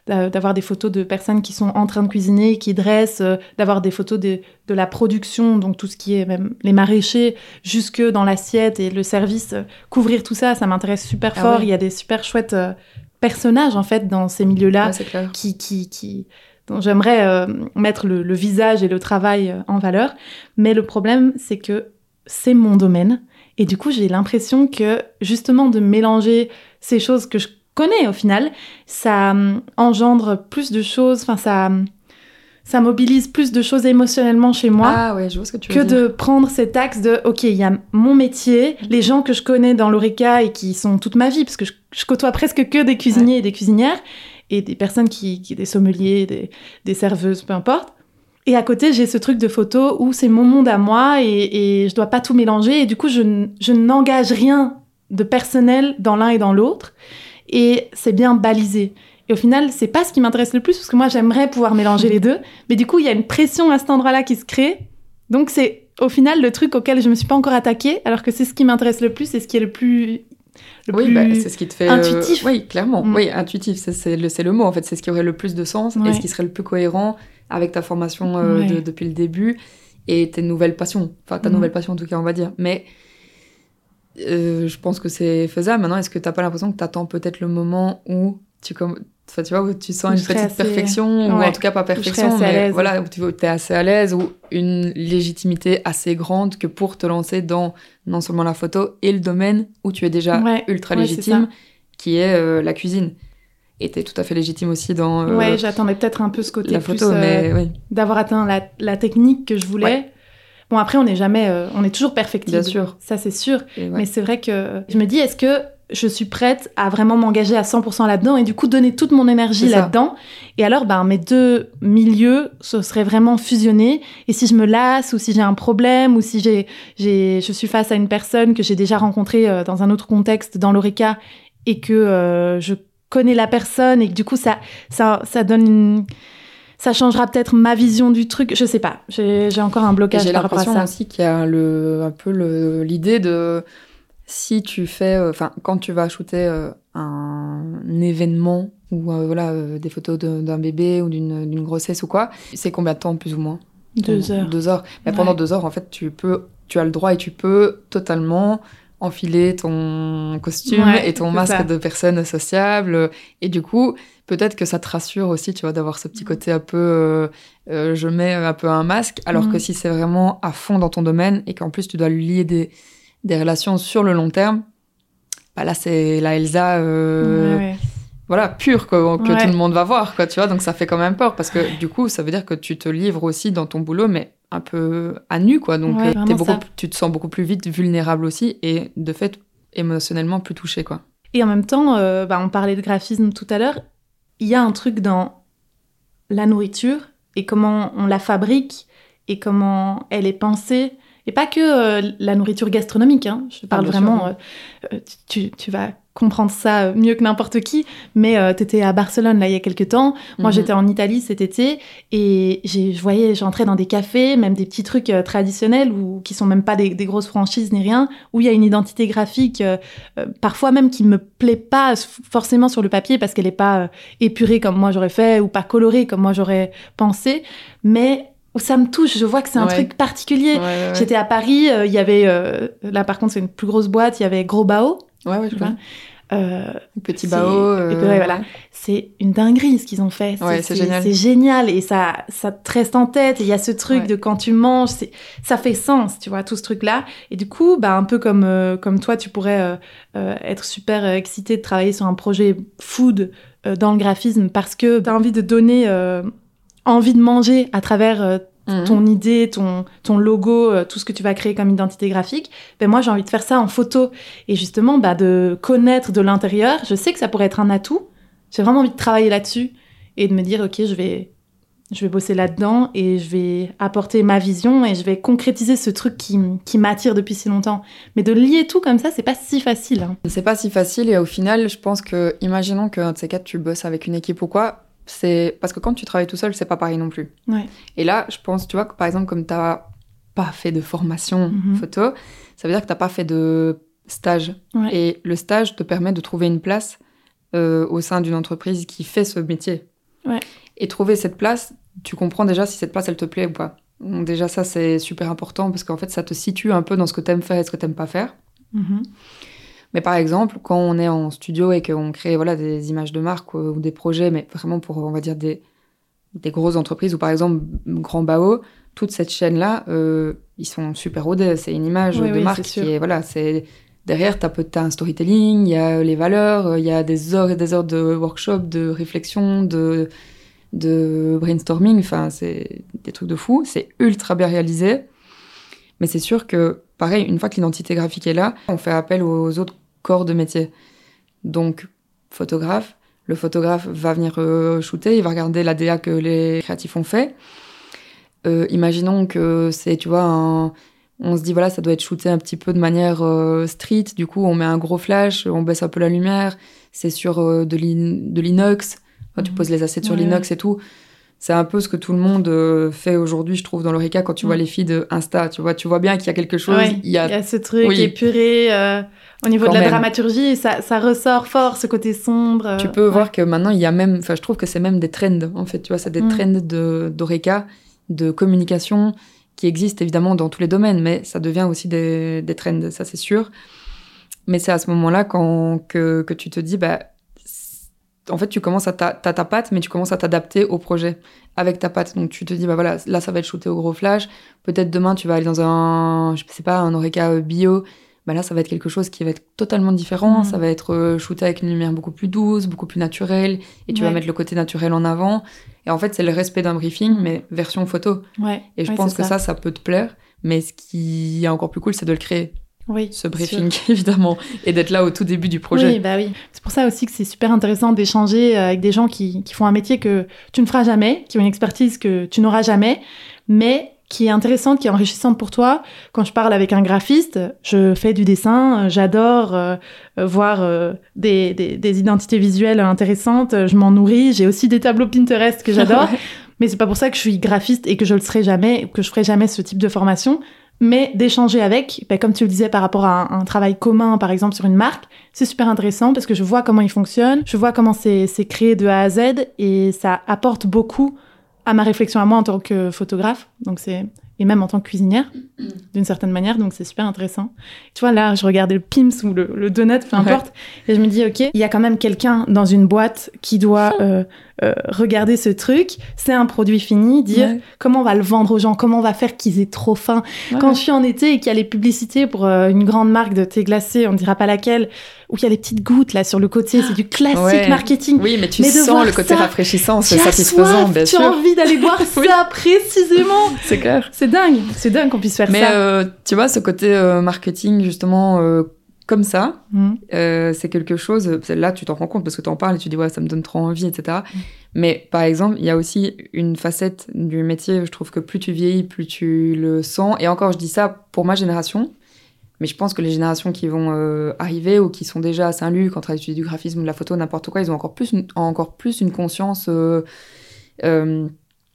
d'avoir des photos de personnes qui sont en train de cuisiner, qui dressent, euh, d'avoir des photos de, de la production, donc tout ce qui est même les maraîchers, jusque dans l'assiette et le service, euh, couvrir tout ça, ça m'intéresse super Ah fort. ouais. Il y a des super chouettes euh, personnages, en fait, dans ces milieux-là, Ouais, c'est clair. qui, qui, qui, dont j'aimerais euh, mettre le, le visage et le travail euh, en valeur. Mais le problème, c'est que c'est mon domaine. Et du coup, j'ai l'impression que, justement, de mélanger ces choses que je connais, au final, ça euh, engendre plus de choses, enfin, ça, ça mobilise plus de choses émotionnellement chez moi. Ah ouais, je vois ce que tu veux Que dire. de prendre cet axe de, ok, il y a mon métier, les gens que je connais dans l'Horeca et qui sont toute ma vie, parce que je, je côtoie presque que des cuisiniers ouais. et des cuisinières, et des personnes qui, qui des sommeliers, des, des serveuses, peu importe. Et à côté, j'ai ce truc de photo où c'est mon monde à moi et, et je dois pas tout mélanger. Et du coup, je, je n'engage rien de personnel dans l'un et dans l'autre. Et c'est bien balisé. Et au final, c'est pas ce qui m'intéresse le plus, parce que moi, j'aimerais pouvoir mélanger les deux. Mais du coup, il y a une pression à cet endroit-là qui se crée. Donc, c'est au final le truc auquel je me suis pas encore attaquée, alors que c'est ce qui m'intéresse le plus et ce qui est le plus... Le oui, plus bah, c'est ce qui te fait... intuitif. Euh... Oui, clairement. Mm. Oui, intuitif, c'est, c'est, le, c'est le mot, en fait. C'est ce qui aurait le plus de sens ouais. et ce qui serait le plus cohérent avec ta formation euh, ouais. de, depuis le début et tes nouvelles passions. Enfin, ta mmh. nouvelle passion, en tout cas, on va dire. Mais euh, je pense que c'est faisable. Maintenant, est-ce que t'as pas l'impression que t'attends peut-être le moment où tu, comme... enfin, tu vois, où tu sens je une petite assez... perfection, ouais. ou en tout cas pas perfection, mais voilà, où tu es assez à l'aise, ou une légitimité assez grande que pour te lancer dans non seulement la photo et le domaine où tu es déjà ouais. ultra ouais, légitime, qui est euh, la cuisine. Et t'es tout à fait légitime aussi dans... Euh, ouais, j'attendais peut-être un peu ce côté la plus... photo, euh, mais oui. D'avoir atteint la, la technique que je voulais. Ouais. Bon, après, on n'est jamais... Euh, on est toujours perfectible. Bien sûr. Ça, c'est sûr. Ouais. Mais c'est vrai que je me dis, est-ce que je suis prête à vraiment m'engager à cent pour cent là-dedans et du coup donner toute mon énergie c'est là-dedans. Et alors, ben, mes deux milieux, ce serait vraiment fusionné. Et si je me lasse ou si j'ai un problème ou si j'ai, j'ai, je suis face à une personne que j'ai déjà rencontrée euh, dans un autre contexte, dans l'Horeca, et que euh, je connais la personne et que du coup, ça, ça, ça donne une... Ça changera peut-être ma vision du truc. Je sais pas. J'ai, j'ai encore un blocage j'ai par rapport à ça. J'ai l'impression aussi qu'il y a le, un peu le, l'idée de... Si tu fais, enfin, euh, quand tu vas shooter euh, un événement ou euh, voilà euh, des photos de, d'un bébé ou d'une, d'une grossesse ou quoi, c'est combien de temps plus ou moins ? Deux heures. Deux heures. Mais ouais. pendant deux heures, en fait, tu peux, tu as le droit et tu peux totalement enfiler ton costume ouais, et ton masque ça. de personne sociable. Et du coup, peut-être que ça te rassure aussi, tu vois, d'avoir ce petit côté un peu, euh, euh, je mets un peu un masque. Alors mmh. que si c'est vraiment à fond dans ton domaine et qu'en plus tu dois lier des des relations sur le long terme, bah là c'est la Elsa euh, ouais, ouais. voilà pure quoi, que ouais. tout le monde va voir quoi, tu vois, donc ça fait quand même peur parce que du coup ça veut dire que tu te livres aussi dans ton boulot mais un peu à nu quoi, donc ouais, t'es beaucoup, tu te sens beaucoup plus vite vulnérable aussi et de fait émotionnellement plus touché quoi. Et en même temps euh, bah, on parlait de graphisme tout à l'heure, il y a un truc dans la nourriture et comment on la fabrique et comment elle est pensée. Et pas que euh, la nourriture gastronomique, hein. Je parle ah, vraiment... Euh, euh, tu, tu vas comprendre ça mieux que n'importe qui, mais euh, t'étais à Barcelone, là, il y a quelques temps. Moi, mm-hmm. j'étais en Italie cet été, et j'ai, je voyais, j'entrais dans des cafés, même des petits trucs euh, traditionnels, ou qui sont même pas des, des grosses franchises ni rien, où il y a une identité graphique, euh, euh, parfois même qui me plaît pas forcément sur le papier, parce qu'elle est pas euh, épurée comme moi j'aurais fait, ou pas colorée comme moi j'aurais pensé, mais... où ça me touche, je vois que c'est un ouais. truc particulier. Ouais, ouais, ouais. J'étais à Paris, il euh, y avait... Euh, là, par contre, c'est une plus grosse boîte, il y avait Gros Bao. Ouais, ouais, je vois. Euh, Petit Bao. Euh... Et puis, ouais, voilà. C'est une dinguerie, ce qu'ils ont fait. C'est, ouais, c'est, c'est génial. C'est génial, et ça, ça te reste en tête. Et il y a ce truc ouais. de quand tu manges, c'est, ça fait sens, tu vois, tout ce truc-là. Et du coup, bah, un peu comme, euh, comme toi, tu pourrais euh, euh, être super excitée de travailler sur un projet food euh, dans le graphisme, parce que tu as envie de donner... Euh, envie de manger à travers euh, mmh. ton idée, ton, ton logo, euh, tout ce que tu vas créer comme identité graphique, ben moi, j'ai envie de faire ça en photo. Et justement, bah, de connaître de l'intérieur, je sais que ça pourrait être un atout. J'ai vraiment envie de travailler là-dessus et de me dire, OK, je vais, je vais bosser là-dedans et je vais apporter ma vision et je vais concrétiser ce truc qui, qui m'attire depuis si longtemps. Mais de lier tout comme ça, c'est pas si facile. Hein. C'est pas si facile et au final, je pense que, imaginons qu'un de ces quatre, tu bosses avec une équipe ou quoi, c'est parce que quand tu travailles tout seul, c'est pas pareil non plus. Ouais. Et là, je pense, tu vois, que par exemple, comme t'as pas fait de formation mm-hmm. photo, ça veut dire que t'as pas fait de stage. Ouais. Et le stage te permet de trouver une place euh, au sein d'une entreprise qui fait ce métier. Ouais. Et trouver cette place, tu comprends déjà si cette place, elle te plaît ou pas. Donc déjà, ça, c'est super important parce qu'en fait, ça te situe un peu dans ce que t'aimes faire et ce que t'aimes pas faire. Mm-hmm. Mais par exemple, quand on est en studio et qu'on crée voilà, des images de marque ou, ou des projets, mais vraiment pour, on va dire, des, des grosses entreprises ou par exemple, Grand Bao, toute cette chaîne-là, euh, ils sont super rodés. C'est une image oui, de oui, marque c'est qui est... Voilà, c'est... Derrière, tu as un storytelling, il y a les valeurs, il y a des heures et des heures de workshop, de réflexion, de, de brainstorming. Enfin, c'est des trucs de fou. C'est ultra bien réalisé. Mais c'est sûr que, pareil, une fois que l'identité graphique est là, on fait appel aux autres corps de métier. Donc, photographe, le photographe va venir euh, shooter, il va regarder l'A D A que les créatifs ont fait. Euh, imaginons que c'est, tu vois, un... on se dit, voilà, ça doit être shooté un petit peu de manière euh, street, du coup, on met un gros flash, on baisse un peu la lumière, c'est sur euh, de l'inox, enfin, tu poses les assiettes sur ouais, l'inox ouais. et tout. C'est un peu ce que tout le monde euh, fait aujourd'hui, je trouve, dans l'Oreca, quand tu mm. vois les filles de Insta, tu vois, tu vois bien qu'il y a quelque chose. Ouais, il, y a... il y a ce truc oui. épuré euh, au niveau quand de la même. dramaturgie, et ça, ça ressort fort, ce côté sombre. Euh, tu peux ouais. voir que maintenant, il y a même, enfin, je trouve que c'est même des trends, en fait, tu vois, c'est des mm. trends de, d'Oreca, de communication, qui existent évidemment dans tous les domaines, mais ça devient aussi des, des trends, ça c'est sûr. Mais c'est à ce moment-là quand, que, que tu te dis, bah, en fait, tu commences à ta, t'as ta patte, mais tu commences à t'adapter au projet avec ta patte. Donc tu te dis, bah voilà, là ça va être shooté au gros flash. Peut-être demain tu vas aller dans un, je sais pas, un Oreca bio. Bah là ça va être quelque chose qui va être totalement différent. Mmh. Ça va être shooté avec une lumière beaucoup plus douce, beaucoup plus naturelle, et tu ouais. vas mettre le côté naturel en avant. Et en fait, c'est le respect d'un briefing, mais version photo. Ouais. Et je ouais, pense que ça. ça, ça peut te plaire. Mais ce qui est encore plus cool, c'est de le créer. Oui, ce briefing, sûr. Évidemment, et d'être là au tout début du projet. Oui, bah oui. C'est pour ça aussi que c'est super intéressant d'échanger avec des gens qui, qui font un métier que tu ne feras jamais, qui ont une expertise que tu n'auras jamais, mais qui est intéressante, qui est enrichissante pour toi. Quand je parle avec un graphiste, je fais du dessin, j'adore euh, voir euh, des, des, des identités visuelles intéressantes, je m'en nourris, j'ai aussi des tableaux Pinterest que j'adore, mais c'est pas pour ça que je suis graphiste et que je le serai jamais, que je ferai jamais ce type de formation. Mais d'échanger avec, ben comme tu le disais par rapport à un, un travail commun, par exemple sur une marque, c'est super intéressant parce que je vois comment il fonctionne, je vois comment c'est, c'est créé de A à Z et ça apporte beaucoup à ma réflexion à moi en tant que photographe, donc c'est... et même en tant que cuisinière, d'une certaine manière, donc c'est super intéressant. Tu vois, là, je regardais le Pim's ou le, le donut, peu importe, ouais. et je me dis, OK, il y a quand même quelqu'un dans une boîte qui doit euh, euh, regarder ce truc, c'est un produit fini, dire ouais. comment on va le vendre aux gens, comment on va faire qu'ils aient trop faim. Ouais. Quand je suis en été et qu'il y a les publicités pour euh, une grande marque de thé glacé, on ne dira pas laquelle, où il y a les petites gouttes là sur le côté, c'est du classique ouais. marketing. Oui, mais tu mais sens le côté ça, rafraîchissant, c'est satisfaisant, bien sûr. Tu as envie d'aller boire oui. ça précisément. C'est clair. C'est dingue, c'est dingue qu'on puisse faire mais, ça. Mais euh, tu vois, ce côté euh, marketing, justement, euh, comme ça, mm. euh, c'est quelque chose... Là, tu t'en rends compte parce que tu en parles et tu dis, ouais, ça me donne trop envie, et cetera. Mm. Mais par exemple, il y a aussi une facette du métier, je trouve que plus tu vieillis, plus tu le sens. Et encore, je dis ça pour ma génération, mais je pense que les générations qui vont euh, arriver ou qui sont déjà à Saint-Luc, en train d'étudier du graphisme ou de la photo, n'importe quoi, ils ont encore plus une, encore plus une conscience euh, euh,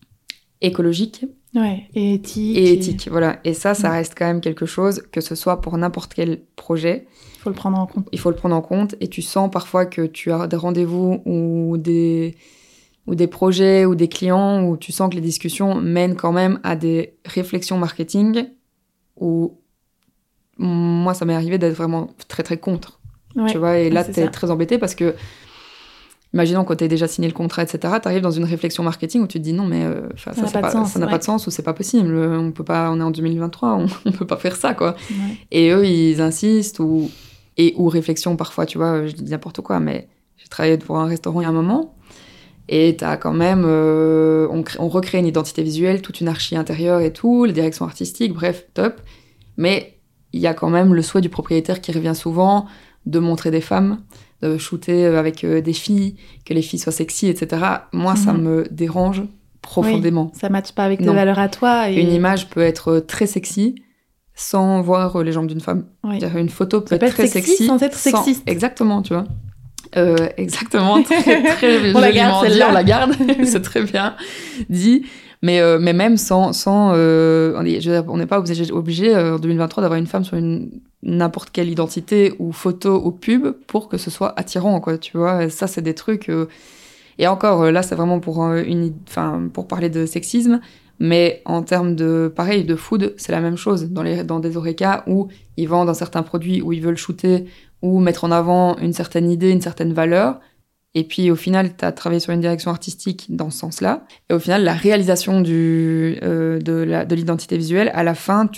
écologique. Ouais, et éthique. Et éthique, et... voilà. Et ça, ça reste quand même quelque chose, que ce soit pour n'importe quel projet. Il faut le prendre en compte. Il faut le prendre en compte. Et tu sens parfois que tu as des rendez-vous ou des, ou des projets ou des clients où tu sens que les discussions mènent quand même à des réflexions marketing où moi, ça m'est arrivé d'être vraiment très, très contre. Ouais, tu vois, et là, t'es ça. Très embêtée parce que imaginons quand tu as déjà signé le contrat, et cetera, tu arrives dans une réflexion marketing où tu te dis non, mais euh, ça n'a pas, pas, sens, ça n'a ouais. pas de sens ou c'est pas possible. On peut pas, on est en deux mille vingt-trois, on ne peut pas faire ça, quoi. Ouais. Et eux, ils insistent ou, et, ou réflexion parfois, tu vois, je dis n'importe quoi, mais j'ai travaillé pour un restaurant il y a un moment et tu as quand même, euh, on, crée, on recrée une identité visuelle, toute une archi intérieure et tout, les directions artistiques, bref, top. Mais il y a quand même le souhait du propriétaire qui revient souvent de montrer des femmes, de shooter avec euh, des filles, que les filles soient sexy, et cetera. Moi, mm-hmm. ça me dérange profondément. Oui, ça ne matche pas avec tes valeurs à toi. Et... Une image peut être très sexy sans voir les jambes d'une femme. Oui. Une photo peut, peut être très être sexy, sexy sans être sexiste. Sans... Exactement, tu vois. Euh, exactement, très, très on la garde, dit, on la garde, c'est très bien dit. Mais, euh, mais même sans... sans euh, on est, je veux dire, on n'est pas obligé, obligé euh, en deux mille vingt-trois d'avoir une femme sur une, n'importe quelle identité ou photo ou pub pour que ce soit attirant, quoi, tu vois. Et ça, c'est des trucs... Euh... Et encore, là, c'est vraiment pour, une, enfin, pour parler de sexisme, mais en termes de, pareil, de food, c'est la même chose. Dans, les, dans des Horeca où ils vendent un certain produit, où ils veulent shooter, ou mettre en avant une certaine idée, une certaine valeur. Et puis, au final, tu as travaillé sur une direction artistique dans ce sens-là. Et au final, la réalisation du, euh, de, la, de l'identité visuelle, à la fin,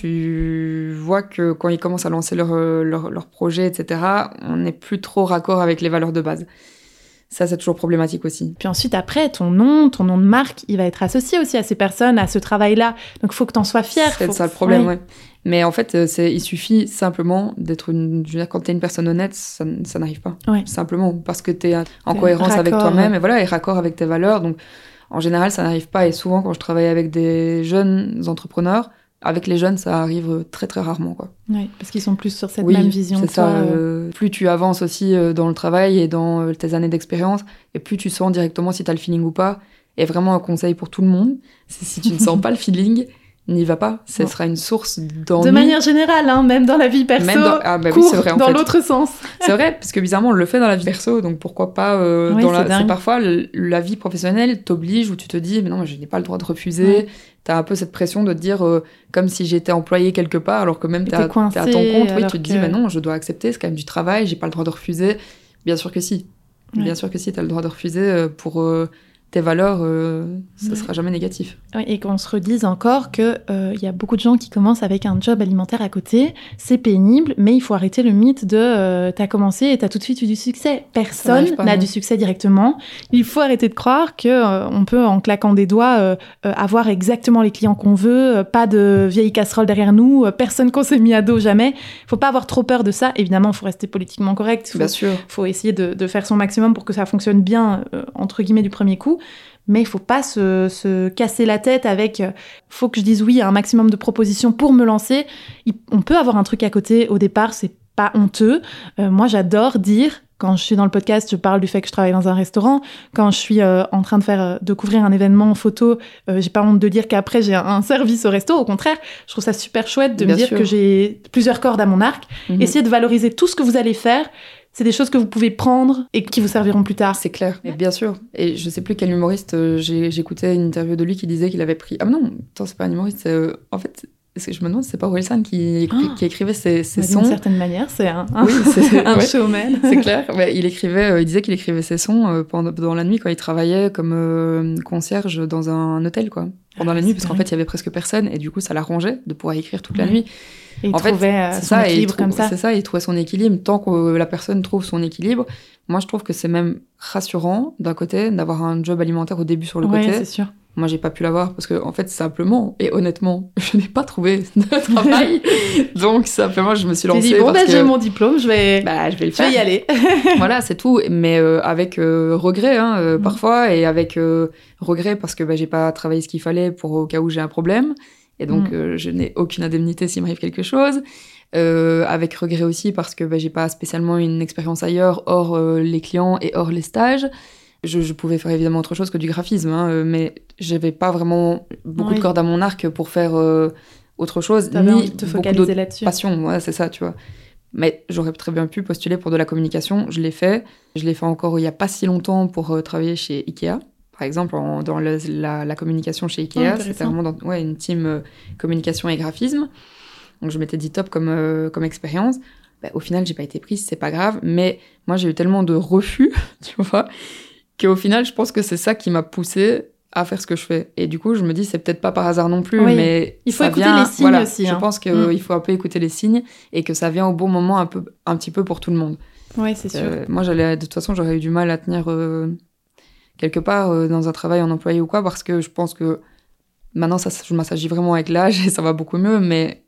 tu vois que quand ils commencent à lancer leur, leur, leur projet, et cetera, on n'est plus trop raccord avec les valeurs de base. Ça, c'est toujours problématique aussi. Puis ensuite, après, ton nom, ton nom de marque, il va être associé aussi à ces personnes, à ce travail-là. Donc, il faut que tu en sois fier. C'est faut... ça le problème, ouais. ouais. Mais en fait, c'est, il suffit simplement d'être une... Je veux dire, quand t'es une personne honnête, ça, ça n'arrive pas. Ouais. Simplement, parce que t'es en t'es cohérence raccord, avec toi-même, ouais. et voilà, et raccord avec tes valeurs. Donc, en général, ça n'arrive pas. Et souvent, quand je travaille avec des jeunes entrepreneurs, avec les jeunes, ça arrive très, très rarement, quoi. Oui, parce qu'ils sont plus sur cette oui, même vision c'est que ça. toi. Euh... Euh, plus tu avances aussi euh, dans le travail et dans euh, tes années d'expérience, et plus tu sens directement si t'as le feeling ou pas. Et vraiment, un conseil pour tout le monde, c'est si tu ne sens pas le feeling, n'y va pas. Ce bon. sera une source d'ennui. De manière générale, hein, même dans la vie perso, même dans... Ah, bah cours oui, c'est vrai, en dans fait. l'autre sens. C'est vrai, parce que bizarrement, on le fait dans la vie perso, donc pourquoi pas euh, oui, dans c'est la... dingue. C'est parfois, le, la vie professionnelle t'oblige, où tu te dis, mais non, je n'ai pas le droit de refuser. Ouais. T'as un peu cette pression de te dire, euh, comme si j'étais employé quelque part, alors que même t'es, t'es, à, coincé, t'es à ton compte. Oui, tu te que... dis, mais non, je dois accepter, c'est quand même du travail, j'ai pas le droit de refuser. Bien sûr que si. Ouais. Bien sûr que si, t'as le droit de refuser pour... Euh, tes valeurs, euh, ça ouais. sera jamais négatif. Oui, et qu'on se redise encore qu'il euh, y a beaucoup de gens qui commencent avec un job alimentaire à côté, c'est pénible, mais il faut arrêter le mythe de euh, t'as commencé et t'as tout de suite eu du succès. Personne pas, n'a non. du succès directement. Il faut arrêter de croire qu'on euh, peut, en claquant des doigts, euh, euh, avoir exactement les clients qu'on veut, euh, pas de vieilles casseroles derrière nous, euh, personne qu'on s'est mis à dos, jamais. Il faut pas avoir trop peur de ça. Évidemment, il faut rester politiquement correct. Bien sûr. Il faut essayer de, de faire son maximum pour que ça fonctionne bien, euh, entre guillemets, du premier coup. Mais il faut pas se, se casser la tête avec euh, faut que je dise oui à un maximum de propositions pour me lancer. Il, on peut avoir un truc à côté au départ, c'est pas honteux. Euh, moi, j'adore dire, quand je suis dans le podcast, je parle du fait que je travaille dans un restaurant. Quand je suis euh, en train de faire euh, de couvrir un événement en photo, euh, j'ai pas honte de dire qu'après j'ai un, un service au resto. Au contraire, je trouve ça super chouette de Bien me dire sûr. que j'ai plusieurs cordes à mon arc. Mm-hmm. Essayez de valoriser tout ce que vous allez faire. C'est des choses que vous pouvez prendre et qui vous serviront plus tard. C'est clair, mais bien sûr. Et je sais plus quel humoriste, euh, j'ai, j'écoutais une interview de lui qui disait qu'il avait pris... Ah non, attends, c'est pas un humoriste, c'est, euh, en fait... Est-ce que je me demande si c'est pas Orelsan qui, écrit, oh. qui écrivait ses, ses sons. D'une certaine manière, c'est un, un, oui, c'est, un ouais, showman. C'est clair. Ouais, il écrivait, euh, il disait qu'il écrivait ses sons euh, pendant dans la nuit quand il travaillait comme euh, concierge dans un hôtel, quoi. Pendant ah, la nuit, parce qu'en fait, il y avait presque personne et du coup, ça l'arrangeait de pouvoir écrire toute ouais. la nuit. Et il en trouvait fait, euh, c'est son ça, équilibre trou- comme ça. C'est ça, il trouvait son équilibre. Tant que la personne trouve son équilibre, moi, je trouve que c'est même rassurant d'un côté d'avoir un job alimentaire au début sur le ouais, côté. C'est sûr. Moi, j'ai pas pu l'avoir parce que, en fait, simplement et honnêtement, je n'ai pas trouvé de travail. Donc, simplement, je me suis lancée. Tu dis, bon, parce bah, que... j'ai mon diplôme, je vais, bah, je vais le je faire. vais y aller. Voilà, c'est tout. Mais euh, avec euh, regret, hein, euh, mmh. parfois, et avec euh, regret parce que bah, j'ai pas travaillé ce qu'il fallait pour au cas où j'ai un problème. Et donc, mmh. euh, je n'ai aucune indemnité s'il m'arrive quelque chose. Euh, avec regret aussi parce que bah, j'ai pas spécialement une expérience ailleurs, hors euh, les clients et hors les stages. Je, je pouvais faire évidemment autre chose que du graphisme, hein, mais j'avais pas vraiment beaucoup oui. de cordes à mon arc pour faire euh, autre chose, T'avais ni envie de te beaucoup focaliser là-dessus. Passion, ouais, c'est ça, tu vois. Mais j'aurais très bien pu postuler pour de la communication, je l'ai fait. Je l'ai fait encore il y a pas si longtemps pour euh, travailler chez Ikea. Par exemple, en, dans le, la, la communication chez Ikea, oh, c'était vraiment dans ouais, une team euh, communication et graphisme. Donc je m'étais dit top comme, euh, comme expérience. Bah, au final, j'ai pas été prise, c'est pas grave. Mais moi, j'ai eu tellement de refus, tu vois, qu'au final, je pense que c'est ça qui m'a poussée à faire ce que je fais. Et du coup, je me dis, c'est peut-être pas par hasard non plus, oui. mais il faut ça écouter vient, les signes voilà, aussi. Je hein. pense qu'il mm. faut un peu écouter les signes et que ça vient au bon moment un, peu, un petit peu pour tout le monde. Oui, c'est sûr. Euh, moi, j'allais, de toute façon, j'aurais eu du mal à tenir euh, quelque part euh, dans un travail en employé ou quoi, parce que je pense que maintenant, ça, je m'assagis vraiment avec l'âge et ça va beaucoup mieux, mais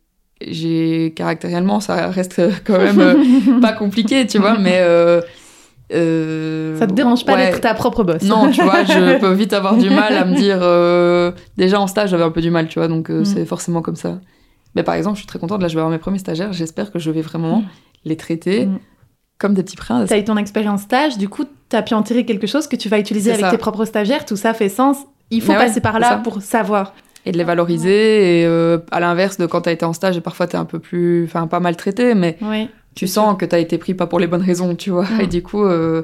j'ai caractériellement, ça reste quand même euh, pas compliqué, tu vois, mais... Euh, Euh, ça te dérange pas ouais. d'être ta propre boss. Non, tu vois, je peux vite avoir du mal à me dire... Euh... Déjà, en stage, j'avais un peu du mal, tu vois, donc euh, mm. c'est forcément comme ça. Mais par exemple, je suis très contente, là, je vais avoir mes premiers stagiaires, j'espère que je vais vraiment mm. les traiter mm. comme des petits princes. T'as eu ton expérience stage, du coup, t'as pu en tirer quelque chose que tu vas utiliser c'est avec ça. Tes propres stagiaires, tout ça fait sens. Il faut Mais passer ouais, par là pour savoir. Et de les valoriser, et euh, à l'inverse de quand t'as été en stage, et parfois t'es un peu plus... Enfin, pas maltraité, mais... Oui. Tu sens sûr. Que t'as été pris pas pour les bonnes raisons, tu vois. Mm. Et du coup, euh,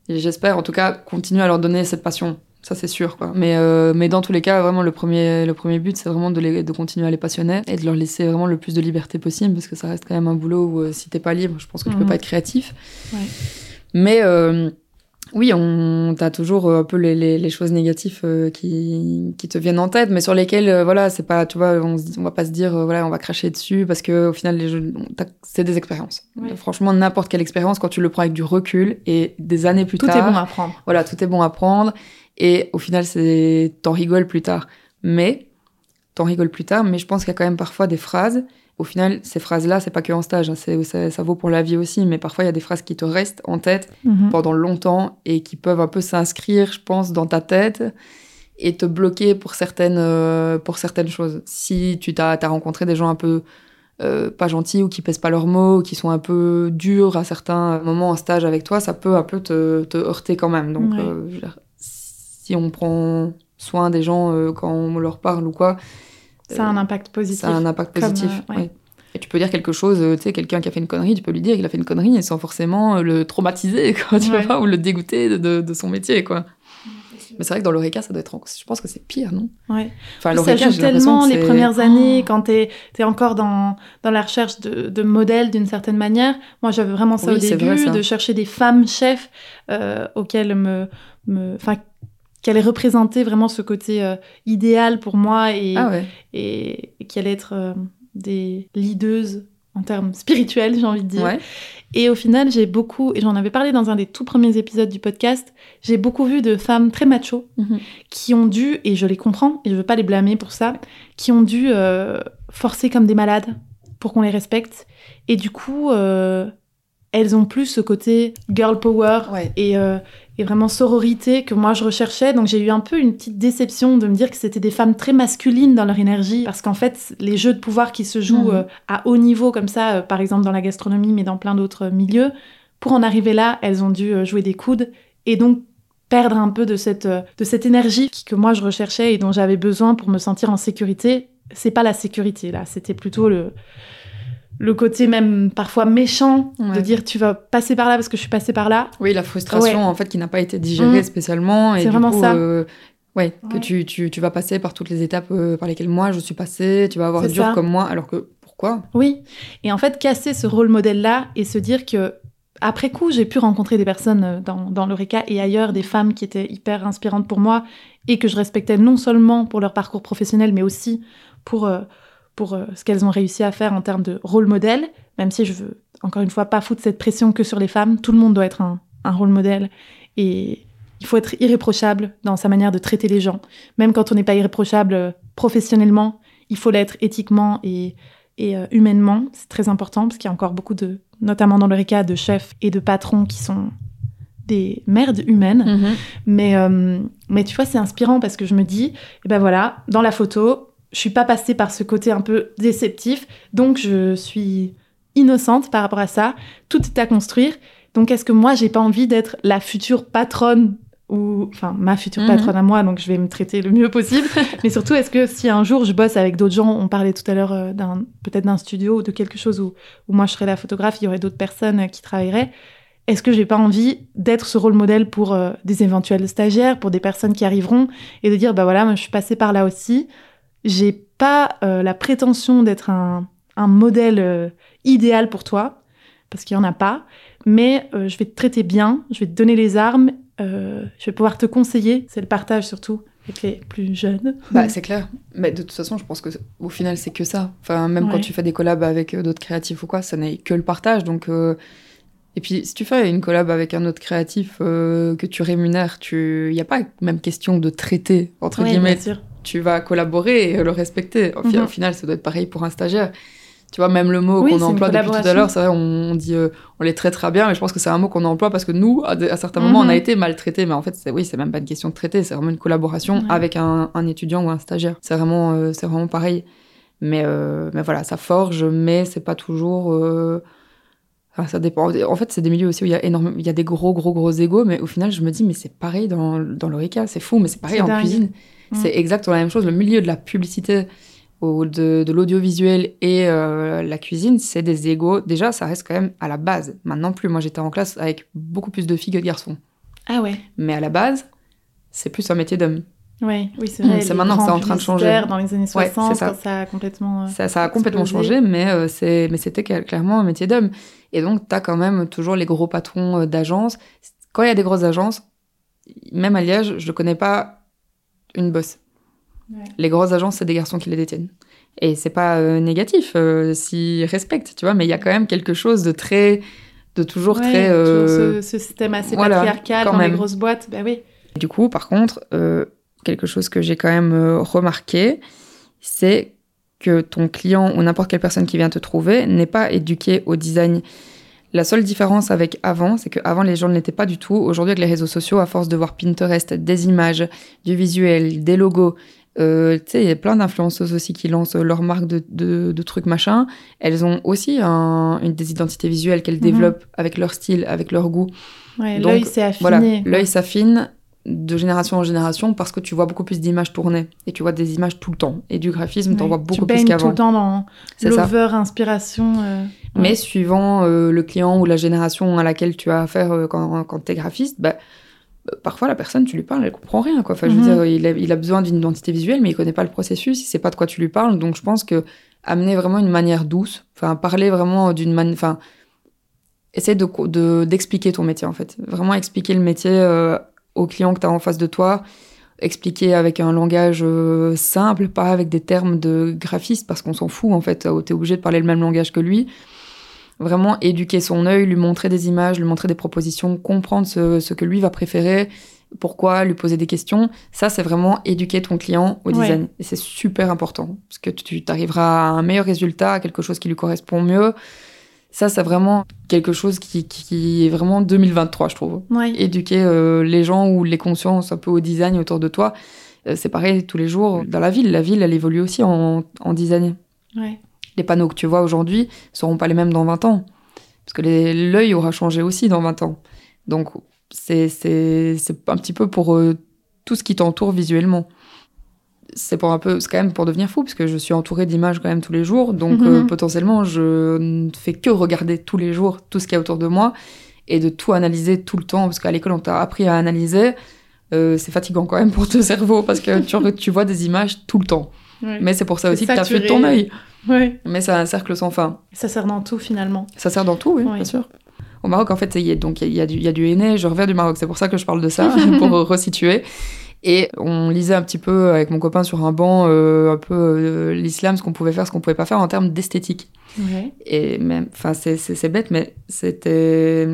Et j'espère, en tout cas, continuer à leur donner cette passion. Ça, c'est sûr, quoi. Mais, euh, mais dans tous les cas, vraiment, le premier, le premier but, c'est vraiment de, les, de continuer à les passionner et de leur laisser vraiment le plus de liberté possible, parce que ça reste quand même un boulot où, euh, si t'es pas libre, je pense que tu mmh. peux pas être créatif. Ouais. Mais... Euh, Oui, on t'as toujours un peu les, les, les choses négatives euh, qui, qui te viennent en tête, mais sur lesquelles, euh, voilà, c'est pas, tu vois, on, se dit, on va pas se dire, euh, voilà, on va cracher dessus, parce que au final, les jeux, c'est des expériences. Ouais. Franchement, n'importe quelle expérience, quand tu le prends avec du recul et des années plus tout tard. Tout est bon à prendre. Voilà, tout est bon à prendre, et au final, c'est, t'en rigoles plus tard. Mais, t'en rigoles plus tard, mais je pense qu'il y a quand même parfois des phrases. Au final, ces phrases-là, c'est pas que en stage, hein, c'est, ça, ça vaut pour la vie aussi, mais parfois il y a des phrases qui te restent en tête mmh. pendant longtemps et qui peuvent un peu s'inscrire, je pense, dans ta tête et te bloquer pour certaines, euh, pour certaines choses. Si tu t'as, t'as rencontré des gens un peu euh, pas gentils ou qui pèsent pas leurs mots, ou qui sont un peu durs à certains moments en stage avec toi, ça peut un peu te, te heurter quand même. Donc, ouais. euh, je veux dire, si on prend soin des gens euh, quand on leur parle ou quoi, ça a un impact positif. Ça a un impact positif, Comme, euh, ouais. oui. Et tu peux dire quelque chose, tu sais, quelqu'un qui a fait une connerie, tu peux lui dire qu'il a fait une connerie sans forcément le traumatiser, quoi, tu ouais. vois, ou le dégoûter de, de, de son métier, quoi. Mais c'est vrai que dans l'Oreca, ça doit être... Je pense que c'est pire, non ? Ouais. Enfin, l'Oreca, ça joue tellement les premières années, quand t'es, t'es encore dans, dans la recherche de, de modèles, d'une certaine manière. Moi, j'avais vraiment ça oui, au début, vrai, ça. de chercher des femmes chefs euh, auxquelles me... me... Enfin, qu'elle ait représenté vraiment ce côté euh, idéal pour moi et, ah ouais. et, et qu'elle allait être euh, des leaders en termes spirituels, j'ai envie de dire. Ouais. Et au final, j'ai beaucoup, et j'en avais parlé dans un des tout premiers épisodes du podcast, j'ai beaucoup vu de femmes très machos mm-hmm. qui ont dû, et je les comprends, et je veux pas les blâmer pour ça, qui ont dû euh, forcer comme des malades pour qu'on les respecte. Et du coup... Euh, elles ont plus ce côté girl power ouais. et, euh, et vraiment sororité que moi je recherchais. Donc j'ai eu un peu une petite déception de me dire que c'était des femmes très masculines dans leur énergie. Parce qu'en fait, les jeux de pouvoir qui se jouent mmh. euh, à haut niveau comme ça, euh, par exemple dans la gastronomie, mais dans plein d'autres milieux, pour en arriver là, elles ont dû euh, jouer des coudes. Et donc perdre un peu de cette, euh, de cette énergie qui, que moi je recherchais et dont j'avais besoin pour me sentir en sécurité. C'est pas la sécurité là, c'était plutôt le... le côté même parfois méchant ouais. de dire tu vas passer par là parce que je suis passée par là. Oui, la frustration ouais. en fait qui n'a pas été digérée mmh. spécialement. Et c'est du vraiment coup, ça. Euh, ouais, ouais, que tu, tu, tu vas passer par toutes les étapes euh, par lesquelles moi je suis passée, tu vas avoir c'est dur ça. comme moi, alors que pourquoi ? Oui, et en fait casser ce rôle modèle-là et se dire que après coup, j'ai pu rencontrer des personnes dans, dans l'Oreca et ailleurs, des femmes qui étaient hyper inspirantes pour moi et que je respectais non seulement pour leur parcours professionnel, mais aussi pour... Euh, pour euh, ce qu'elles ont réussi à faire en termes de rôle modèle, même si je veux, encore une fois, pas foutre cette pression que sur les femmes. Tout le monde doit être un, un rôle modèle. Et il faut être irréprochable dans sa manière de traiter les gens. Même quand on n'est pas irréprochable euh, professionnellement, il faut l'être éthiquement et, et euh, humainement. C'est très important, parce qu'il y a encore beaucoup de, notamment dans l'Oreca, de chefs et de patrons qui sont des merdes humaines. Mm-hmm. Mais, euh, mais tu vois, c'est inspirant, parce que je me dis, eh ben voilà, dans la photo... je suis pas passée par ce côté un peu déceptif, donc je suis innocente par rapport à ça. Tout est à construire. Donc est-ce que moi, j'ai pas envie d'être la future patronne ou enfin ma future mm-hmm. patronne à moi, donc je vais me traiter le mieux possible. Mais surtout, est-ce que si un jour je bosse avec d'autres gens, on parlait tout à l'heure euh, d'un peut-être d'un studio ou de quelque chose où où moi je serais la photographe, il y aurait d'autres personnes euh, qui travailleraient. Est-ce que j'ai pas envie d'être ce rôle modèle pour euh, des éventuels stagiaires, pour des personnes qui arriveront, et de dire bah voilà, moi je suis passée par là aussi. J'ai pas euh, la prétention d'être un, un modèle euh, idéal pour toi, parce qu'il y en a pas, mais euh, je vais te traiter bien, je vais te donner les armes, euh, je vais pouvoir te conseiller. C'est le partage surtout avec les plus jeunes. Bah, c'est clair. Mais de toute façon, je pense qu'au final, c'est que ça. Enfin, même ouais. quand tu fais des collabs avec d'autres créatifs ou quoi, ça n'est que le partage. Donc, euh... Et puis, si tu fais une collab avec un autre créatif euh, que tu rémunères, il n'y a pas même question de traiter, entre ouais, guillemets. Bien sûr. Tu vas collaborer et le respecter. Au, mm-hmm. au final, ça doit être pareil pour un stagiaire. Tu vois, même le mot oui, qu'on emploie depuis tout à l'heure, c'est vrai, on dit euh, on les traitera bien, mais je pense que c'est un mot qu'on emploie parce que nous, à, à certains mm-hmm. moments, on a été maltraités. Mais en fait, c'est, oui, c'est même pas une question de traiter, c'est vraiment une collaboration ouais. avec un, un étudiant ou un stagiaire. C'est vraiment, euh, c'est vraiment pareil. Mais, euh, mais voilà, ça forge, mais c'est pas toujours... Euh... Enfin, ça dépend. En fait, c'est des milieux aussi où il y a énormément, il y a des gros, gros, gros égos, mais au final, je me dis, mais c'est pareil dans, dans l'Oreca, c'est fou, mais c'est pareil c'est en dingue. Cuisine. Mmh. C'est exactement la même chose. Le milieu de la publicité, ou de, de l'audiovisuel et euh, la cuisine, c'est des égos. Déjà, ça reste quand même à la base. Maintenant plus. Moi, j'étais en classe avec beaucoup plus de filles que de garçons. Ah ouais. Mais à la base, c'est plus un métier d'homme. Ouais, oui, c'est vrai. C'est maintenant que c'est en train de changer. Dans les années soixante, ouais, ça. Quand ça a complètement. Euh, ça, ça a complètement changé, mais, euh, c'est... mais c'était clairement un métier d'homme. Et donc, t'as quand même toujours les gros patrons d'agences. Quand il y a des grosses agences, même à Liège, je ne connais pas une bosse. Ouais. Les grosses agences, c'est des garçons qui les détiennent. Et c'est pas euh, négatif, euh, s'ils respectent, tu vois, mais il y a quand même quelque chose de très. de toujours ouais, très. Euh... Toujours ce, ce système assez voilà, patriarcal dans même. Les grosses boîtes, bah oui. Du coup, par contre, euh, quelque chose que j'ai quand même euh, remarqué, c'est que ton client ou n'importe quelle personne qui vient te trouver n'est pas éduqué au design. La seule différence avec avant, c'est qu'avant, les gens ne l'étaient pas du tout. Aujourd'hui, avec les réseaux sociaux, à force de voir Pinterest, des images, du visuel, des logos, euh, tu sais, il y a plein d'influenceuses aussi qui lancent leur marque de, de, de trucs machin. Elles ont aussi un, une des identités visuelles qu'elles mm-hmm. développent avec leur style, avec leur goût. Ouais, donc, l'œil s'est affiné. Voilà, l'œil s'affine de génération en génération parce que tu vois beaucoup plus d'images tournées et tu vois des images tout le temps. Et du graphisme, ouais, t'en vois beaucoup plus qu'avant. Tu baignes tout le temps dans c'est l'over ça. Inspiration. Euh, Mais ouais. suivant euh, le client ou la génération à laquelle tu as affaire euh, quand, quand t'es graphiste, bah, euh, parfois la personne, tu lui parles, elle comprend rien, quoi. Enfin, je veux mm-hmm. dire, il a, il a besoin d'une identité visuelle, mais il connaît pas le processus, il sait pas de quoi tu lui parles. Donc je pense que amener vraiment une manière douce, enfin parler vraiment d'une manière, enfin essayer de, de d'expliquer ton métier en fait, vraiment expliquer le métier. Euh, au client que tu as en face de toi, expliquer avec un langage euh, simple, pas avec des termes de graphiste, parce qu'on s'en fout, en fait. Tu es obligé de parler le même langage que lui. Vraiment éduquer son œil, lui montrer des images, lui montrer des propositions, comprendre ce, ce que lui va préférer, pourquoi, lui poser des questions. Ça, c'est vraiment éduquer ton client au design. Ouais. Et c'est super important, parce que tu t'arriveras à un meilleur résultat, à quelque chose qui lui correspond mieux. Ça, c'est vraiment quelque chose qui, qui est vraiment deux mille vingt-trois, je trouve. Ouais. Éduquer euh, les gens ou les consciences un peu au design autour de toi. Euh, c'est pareil tous les jours. Dans la ville, la ville, elle évolue aussi en, en design. Ouais. Les panneaux que tu vois aujourd'hui ne seront pas les mêmes dans vingt ans. Parce que les, l'œil aura changé aussi dans vingt ans. Donc, c'est, c'est, c'est un petit peu pour euh, tout ce qui t'entoure visuellement. C'est pour un peu, c'est quand même pour devenir fou, parce que je suis entourée d'images quand même tous les jours, donc mm-hmm. euh, potentiellement je ne fais que regarder tous les jours tout ce qu'il y a autour de moi et de tout analyser tout le temps, parce qu'à l'école on t'a appris à analyser, euh, c'est fatigant quand même pour ton cerveau, parce que tu, tu vois des images tout le temps. Ouais. Mais c'est pour ça aussi c'est que t'as fait ton œil. Ouais. Mais c'est un cercle sans fin. Ça sert dans tout finalement. Ça sert dans tout, oui, ouais. bien sûr. Au Maroc, en fait, il y a, donc, il y a du, il y a du henné, je reviens du Maroc, c'est pour ça que je parle de ça, pour resituer. Et on lisait un petit peu avec mon copain sur un banc euh, un peu euh, l'islam, ce qu'on pouvait faire, ce qu'on pouvait pas faire en termes d'esthétique. Ouais. Et même, enfin c'est, c'est, c'est bête, mais c'était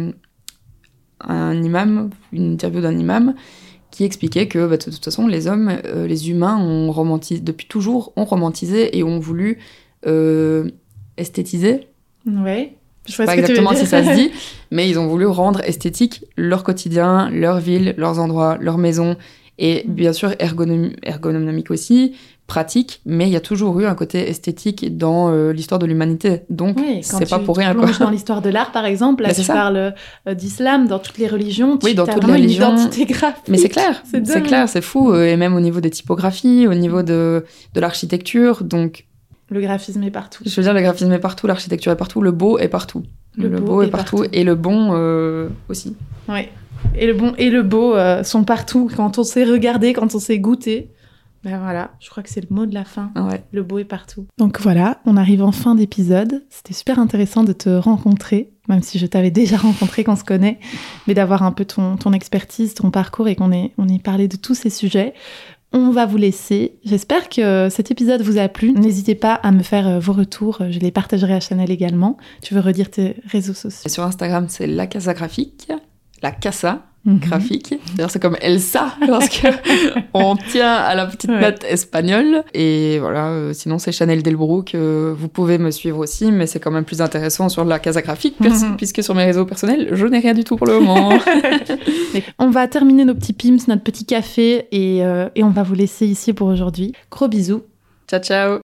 un imam, une interview d'un imam qui expliquait que bah, de toute façon les hommes, euh, les humains ont romantisé, depuis toujours ont romantisé et ont voulu euh, esthétiser. Ouais. Je sais pas exactement si ça se dit, mais ils ont voulu rendre esthétique leur quotidien, leur ville, leurs endroits, leurs maisons. Et bien sûr, ergonom- ergonomique aussi, pratique, mais il y a toujours eu un côté esthétique dans euh, l'histoire de l'humanité. Donc, oui, c'est pas pour rien. Quand tu dans l'histoire de l'art, par exemple, là, tu ça. parles euh, d'islam, dans toutes les religions, tu oui, dans as toutes vraiment les une religions. identité graphique. Mais c'est clair, c'est, c'est clair, c'est fou. Euh, et même au niveau des typographies, au niveau de, de l'architecture, donc... Le graphisme est partout. Je veux dire, le graphisme est partout, l'architecture est partout, le beau est partout. Le, le beau, beau est, est partout, partout, et le bon euh, aussi. Oui. Et le bon et le beau euh, sont partout. Quand on sait regarder, quand on sait goûter, ben voilà, je crois que c'est le mot de la fin. Ouais. Le beau est partout. Donc voilà, on arrive en fin d'épisode. C'était super intéressant de te rencontrer, même si je t'avais déjà rencontré, qu'on se connaît, mais d'avoir un peu ton, ton expertise, ton parcours et qu'on ait, on ait parlé de tous ces sujets. On va vous laisser. J'espère que cet épisode vous a plu. N'hésitez pas à me faire vos retours. Je les partagerai à Chanel également. Tu veux redire tes réseaux sociaux ? Et sur Instagram, c'est La Casa Graphique. La Casa mm-hmm. graphique. D'ailleurs, c'est comme Elsa, parce qu'on tient à la petite ouais. note espagnole. Et voilà, euh, sinon, c'est Chanel Delbrook. Euh, vous pouvez me suivre aussi, mais c'est quand même plus intéressant sur La Casa Graphique, mm-hmm. puisque sur mes réseaux personnels, je n'ai rien du tout pour le moment. On va terminer nos petits pims, notre petit café, et, euh, et on va vous laisser ici pour aujourd'hui. Gros bisous. Ciao, ciao.